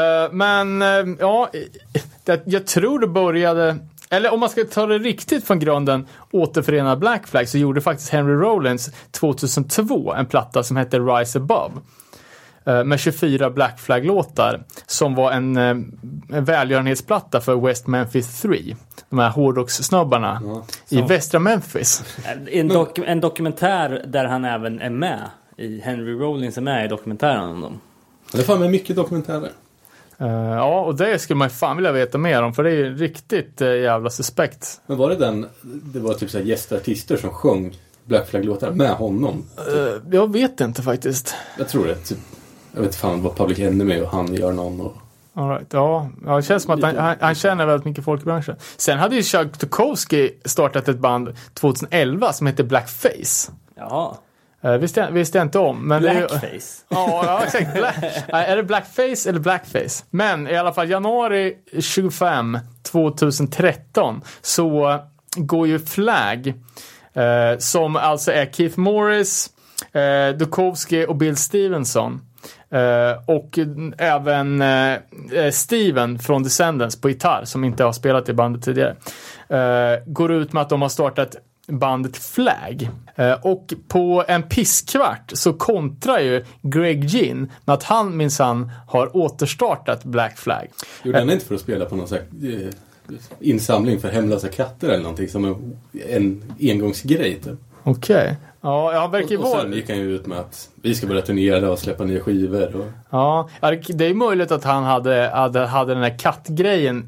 Jag tror det började... Eller om man ska ta det riktigt från grunden, återförena Black Flag, så gjorde faktiskt Henry Rollins 2002 en platta som hette Rise Above. Med 24 Black Flag-låtar som var en välgörenhetsplatta för West Memphis 3. De här hårdrockssnubbarna i västra Memphis. En dokumentär där han även är med. Henry Rollins är med i dokumentären om dem. Det är fan med mycket dokumentärer. Ja, och det skulle man fan vilja veta mer om, för det är ju riktigt jävla suspekt. Men var det var typ så här gästartister som sjöng Black Flag-låtar med honom? Jag vet inte faktiskt. Jag tror det. Typ, jag vet fan vad Public Enemy och han gör någon. Och... All right. Ja, det känns som att han känner väldigt mycket folk i branschen. Sen hade ju Chuck Tukowski startat ett band 2011 som heter Blackface. Jaha. Visste jag inte om. Men Blackface. Ja, exakt. Är det Blackface eller Blackface? Men i alla fall januari 25 2013 så går ju Flag, som alltså är Keith Morris, Dukowski och Bill Stevenson, och även Steven från Descendants på gitarr, som inte har spelat i bandet tidigare, går ut med att de har startat bandet Flag. Och på en pisskvart så kontrar ju Greg Ginn med att han minsann har återstartat Black Flag. Gjorde han inte för att spela på någon sån här, insamling för hemlösa katter eller någonting, som en engångsgrej typ? Okej. Ja, jag verkar och sen gick han ju ut med att vi ska börja turnera och släppa nya skivor. Och... Ja, det är möjligt att han hade den här kattgrejen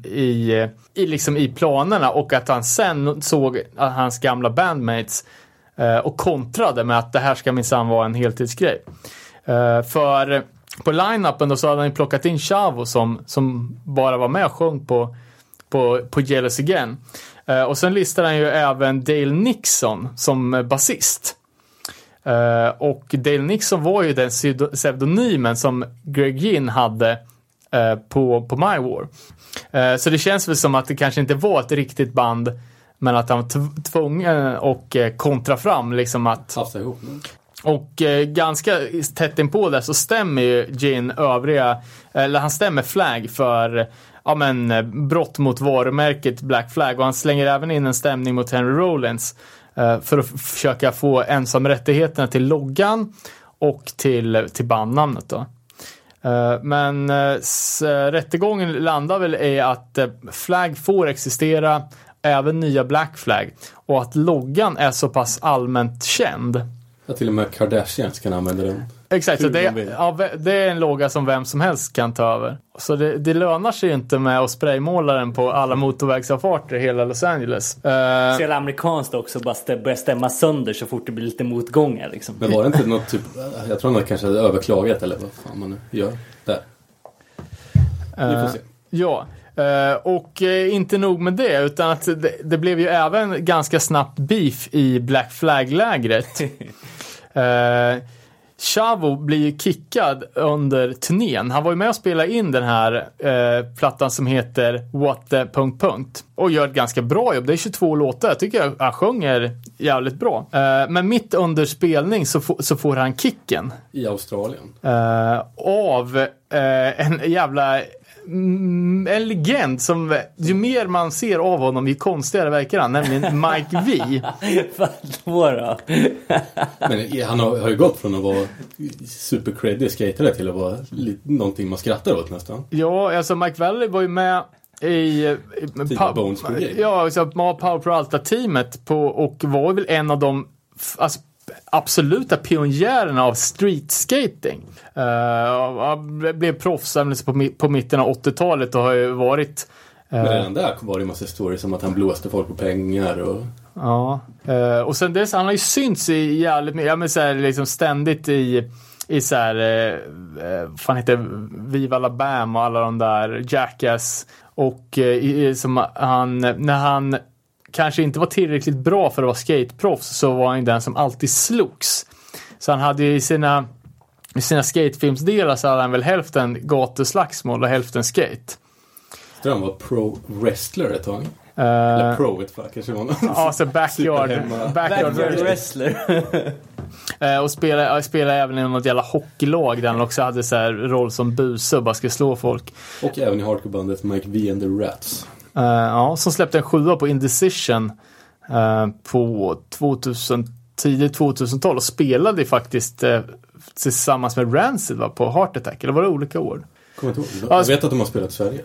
i planerna, och att han sen såg hans gamla bandmates och kontrade med att det här ska minsann vara en heltidsgrej. För på line-upen då så hade han plockat in Chavo som bara var med och sjöng på Jealous Again. Och sen listade han ju även Dale Nixon som basist. Och Dale Nixon var ju den pseudonymen som Greg Ginn hade på My War. Så det känns väl som att det kanske inte var ett riktigt band, men att han var tvungen och kontra fram liksom att... Hafsa ihop. Och ganska tätt in på det så stämmer ju Ginn han stämmer Flag för brott mot varumärket Black Flag, och han slänger även in en stämning mot Henry Rollins för att försöka få ensamrättigheterna till loggan och till bandnamnet då. Men rättegången landar väl i att Flag får existera, även nya Black Flag, och att loggan är så pass allmänt känd. Ja, till och med Kardashians kan använda den. Exakt, så det är en logga som vem som helst kan ta över. Så det lönar sig inte med att spraymåla den på alla motorvägsavfarter i hela Los Angeles. Så är det amerikanskt också, bara börja stämma sönder så fort det blir lite motgångar liksom. Men var det inte något typ, jag tror att kanske hade överklagat eller vad fan man nu gör där. Vi får se. Ja. Och inte nog med det, utan att det blev ju även ganska snabbt beef i Black Flag-lägret. Chavo blir ju kickad under turnén. Han var ju med och spelade in den här plattan som heter What the... och gör ett ganska bra jobb. Det är 22 låtar. Jag tycker han sjunger jävligt bra. Men mitt under spelning så får han kicken. I Australien. Av en jävla... en legend som ju mer man ser av honom ju konstigare verkar han, nämligen Mike V. Vadå? Men han har ju gått från att vara super-creddy skatare till att vara någonting man skrattar åt nästan. Ja, alltså Mike Valley var ju med i Power Pro Alta-teamet och var väl en av de absoluta pionjärerna av street skating. Blev proffs på mitten av 80-talet och har ju varit... Men redan där var det en massa stories som att han blåste folk på pengar och... Ja, och sen dess han har ju synts i jävligt mycket, så här, liksom ständigt i så här, fan heter Viva La Bam och alla de där Jackass, och som när han kanske inte var tillräckligt bra för att vara skateproffs, så var han den som alltid slogs. Så han hade ju i sina i sina skatefilmsdelar så hade han väl hälften gatuslagsmål och hälften skate. Jag tror han var pro-wrestler ett tag. Eller pro ett fall, kanske var någon. Ja, så backyard wrestler. Och spelade även i något jävla hockeylag där han också hade så här roll som buse och bara skulle slå folk. Och även i hardcore-bandet Mike V and the Rats. Ja, som släppte en 7 på Indecision på 2010-2012 och spelade faktiskt tillsammans med Rancid på Heart Attack. Eller var det olika år? Kommer inte ihåg. Jag vet att de har spelat i Sverige.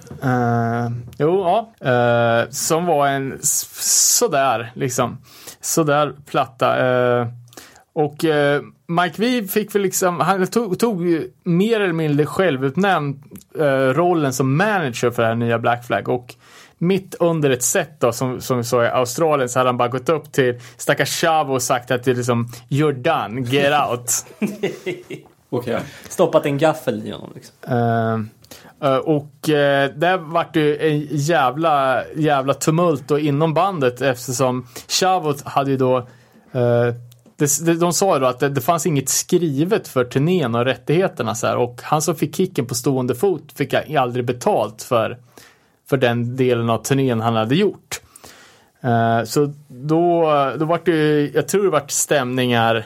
Som var en sådär liksom. Sådär platta. Och Mike V fick väl liksom, han tog mer eller mindre självutnämnd rollen som manager för det här nya Black Flag. Och mitt under ett set då, som vi sa i Australien, så hade han bara gått upp till stackars Chavo och sagt att det är liksom, you're done, get out. Okay. Stoppat en gaffel i honom liksom. Där vart det en jävla tumult då inom bandet, eftersom Chavo hade ju då de sa ju då att det fanns inget skrivet för turnén och rättigheterna så här, och han som fick kicken på stående fot fick aldrig betalt för den delen av turnén han hade gjort. Så då vart det, jag tror det vart stämningar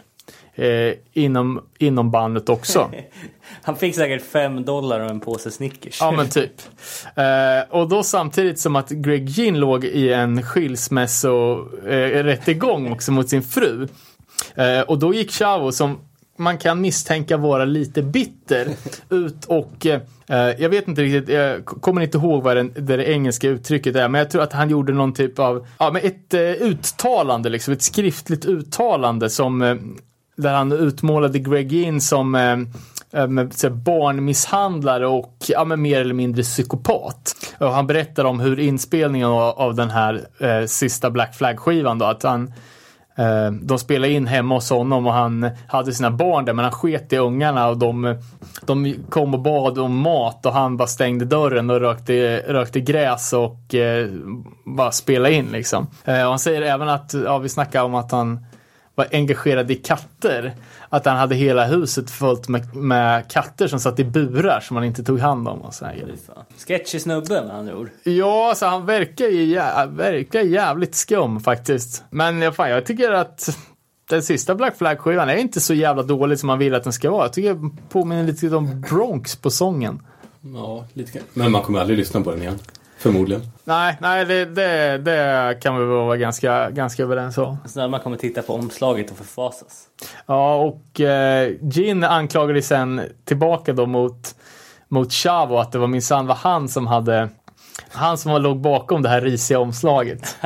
inom bandet också. Han fick säkert $5 och en påse Snickers. Ja, men typ. Och då samtidigt som att Greg Ginn låg i en skilsmässorättegång också mot sin fru. Och då gick Chavo, som man kan misstänka vara lite bitter, ut och jag vet inte riktigt, jag kommer inte ihåg vad det engelska uttrycket är, men jag tror att han gjorde någon typ av ett uttalande, liksom ett skriftligt uttalande som där han utmålade Greg Ginn som barnmisshandlare och mer eller mindre psykopat. Och han berättar om hur inspelningen av den här sista Black Flag-skivan då, att de spelade in hemma hos honom och han hade sina barn där, men han sket i ungarna och de kom och bad om mat och han bara stängde dörren och rökte gräs och bara spelade in liksom. Och han säger även att, vi snackar om att han var engagerad i katter, att han hade hela huset fullt med katter som satt i burar som han inte tog hand om och så här. Sketchy snubbe med andra ord. Ja, så han verkar jävligt skum faktiskt. Men jag tycker att den sista Black Flag-skivan är inte så jävla dålig som man vill att den ska vara. Jag tycker det påminner lite om Bronx på sången. Ja, lite. Men man kommer aldrig lyssna på den igen. Förmodligen. Nej, det kan vi vara ganska överens om. Så när man kommer titta på omslaget och förfasas. Ja, och Ginn anklagade sen tillbaka då mot Chavo att det var minsann var han som låg bakom det här risiga omslaget.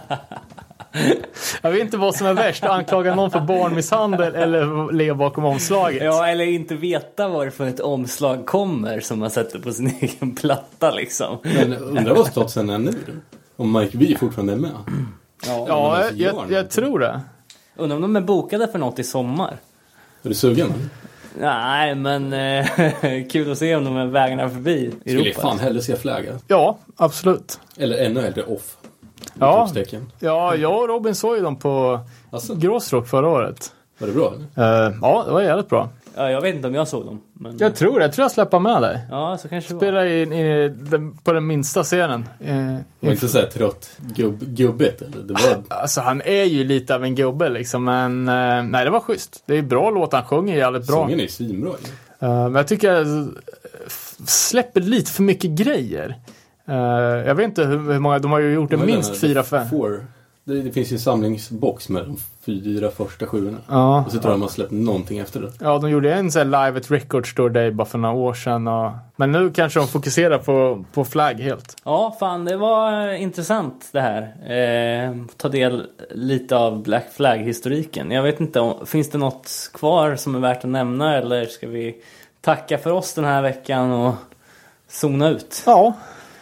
Jag vet inte vad som är värst, att anklaga någon för barnmisshandel eller ligga bakom omslaget. Ja, eller inte veta varför ett omslag kommer som man sätter på sin egen platta liksom. Men undrar vad statusen är nu? Om Mike V fortfarande är med. Ja, jag tror det. Undrar om de är bokade för något i sommar. Är du sugen? Nej, men kul att se om de är vägarna förbi Europa. Skulle fan hellre se Flagga. Ja, absolut. Eller ännu hellre Off. Ja, jag och Robin såg ju dem på Gråsrock förra året. Var det bra? Ja, det var jävligt bra. Ja, jag vet inte om jag såg dem. Men... Jag tror jag släpper med dig. Ja, så kanske spela på den minsta scenen. Var inte så här trött gubbet eller? Det var... Alltså han är ju lite av en gubbe liksom, men nej, det var schysst. Det är bra låt, han sjunger jävligt bra. Sången är svinbra. Men jag tycker jag släpper lite för mycket grejer. Jag vet inte hur många, de har ju gjort minst 4-5. Det finns ju en samlingsbox med de 4 första 7:orna. Ja. Och så tror jag de har släppt någonting efter det. Ja, de gjorde en sån här Live at Record Store Day bara för några år sedan. Men nu kanske de fokuserar på Flag helt. Ja, fan, det var intressant det här. Ta del lite av Black Flag-historiken. Jag vet inte, finns det något kvar som är värt att nämna? Eller ska vi tacka för oss den här veckan och zona ut? Ja.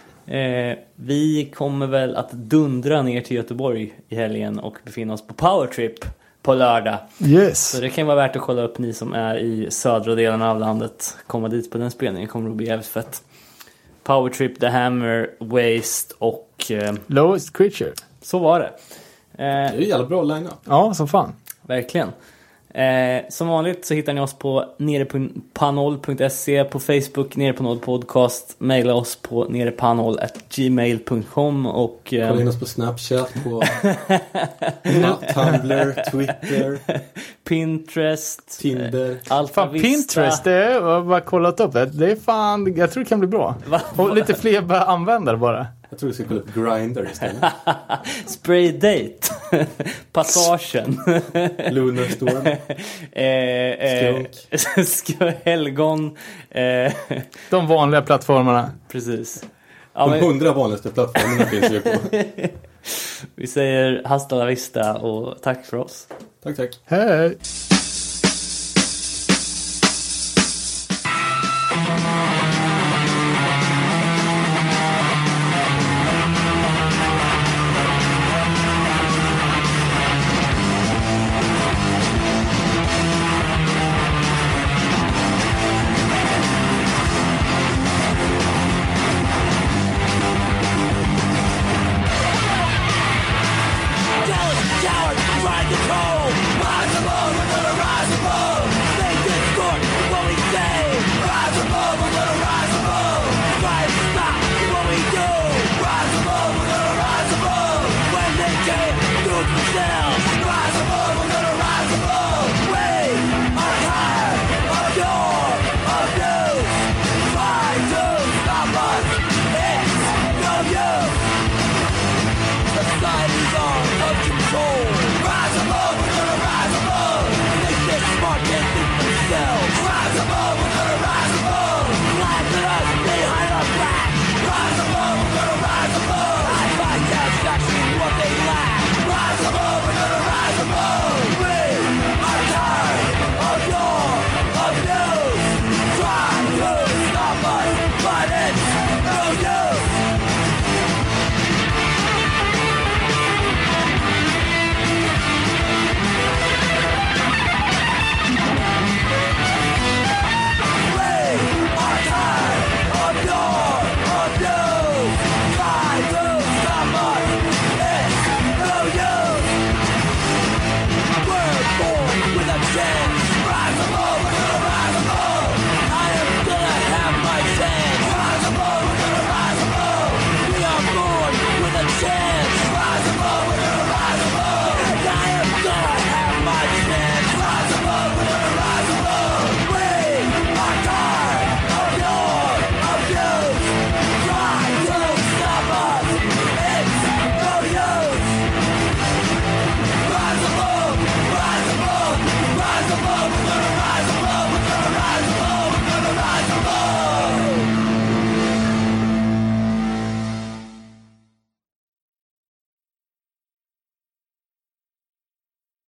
Vi kommer väl att dundra ner till Göteborg i helgen och befinna oss på Powertrip på lördag. Yes. Så det kan vara värt att kolla upp, ni som är i södra delen av landet. Komma dit på den spelningen, kommer att bli jävligt fett. Powertrip, The Hammer, Waste och Lowest Creature. Så var det. Det är ju jävla bra line-up. Ja, som fan. Verkligen. Som vanligt så hittar ni oss på nerepanol.se, på Facebook nere på noll podcast, mejla oss på nerepanol@gmail.com och kolla in oss på Snapchat, på Tumblr, Twitter, Pinterest, Tinder. Fan, Pinterest, det är bara kollat upp det. Det är fan, jag tror det kan bli bra. Och lite fler bara användare bara. Jag tror vi ska kolla upp Grindr istället. Spraydate, Passagen, Lunarstorm, Helgon, De vanliga plattformarna. precis. De 100 vanligaste plattformarna finns ju på. Vi säger hasta la vista och tack för oss. Tack. Hej!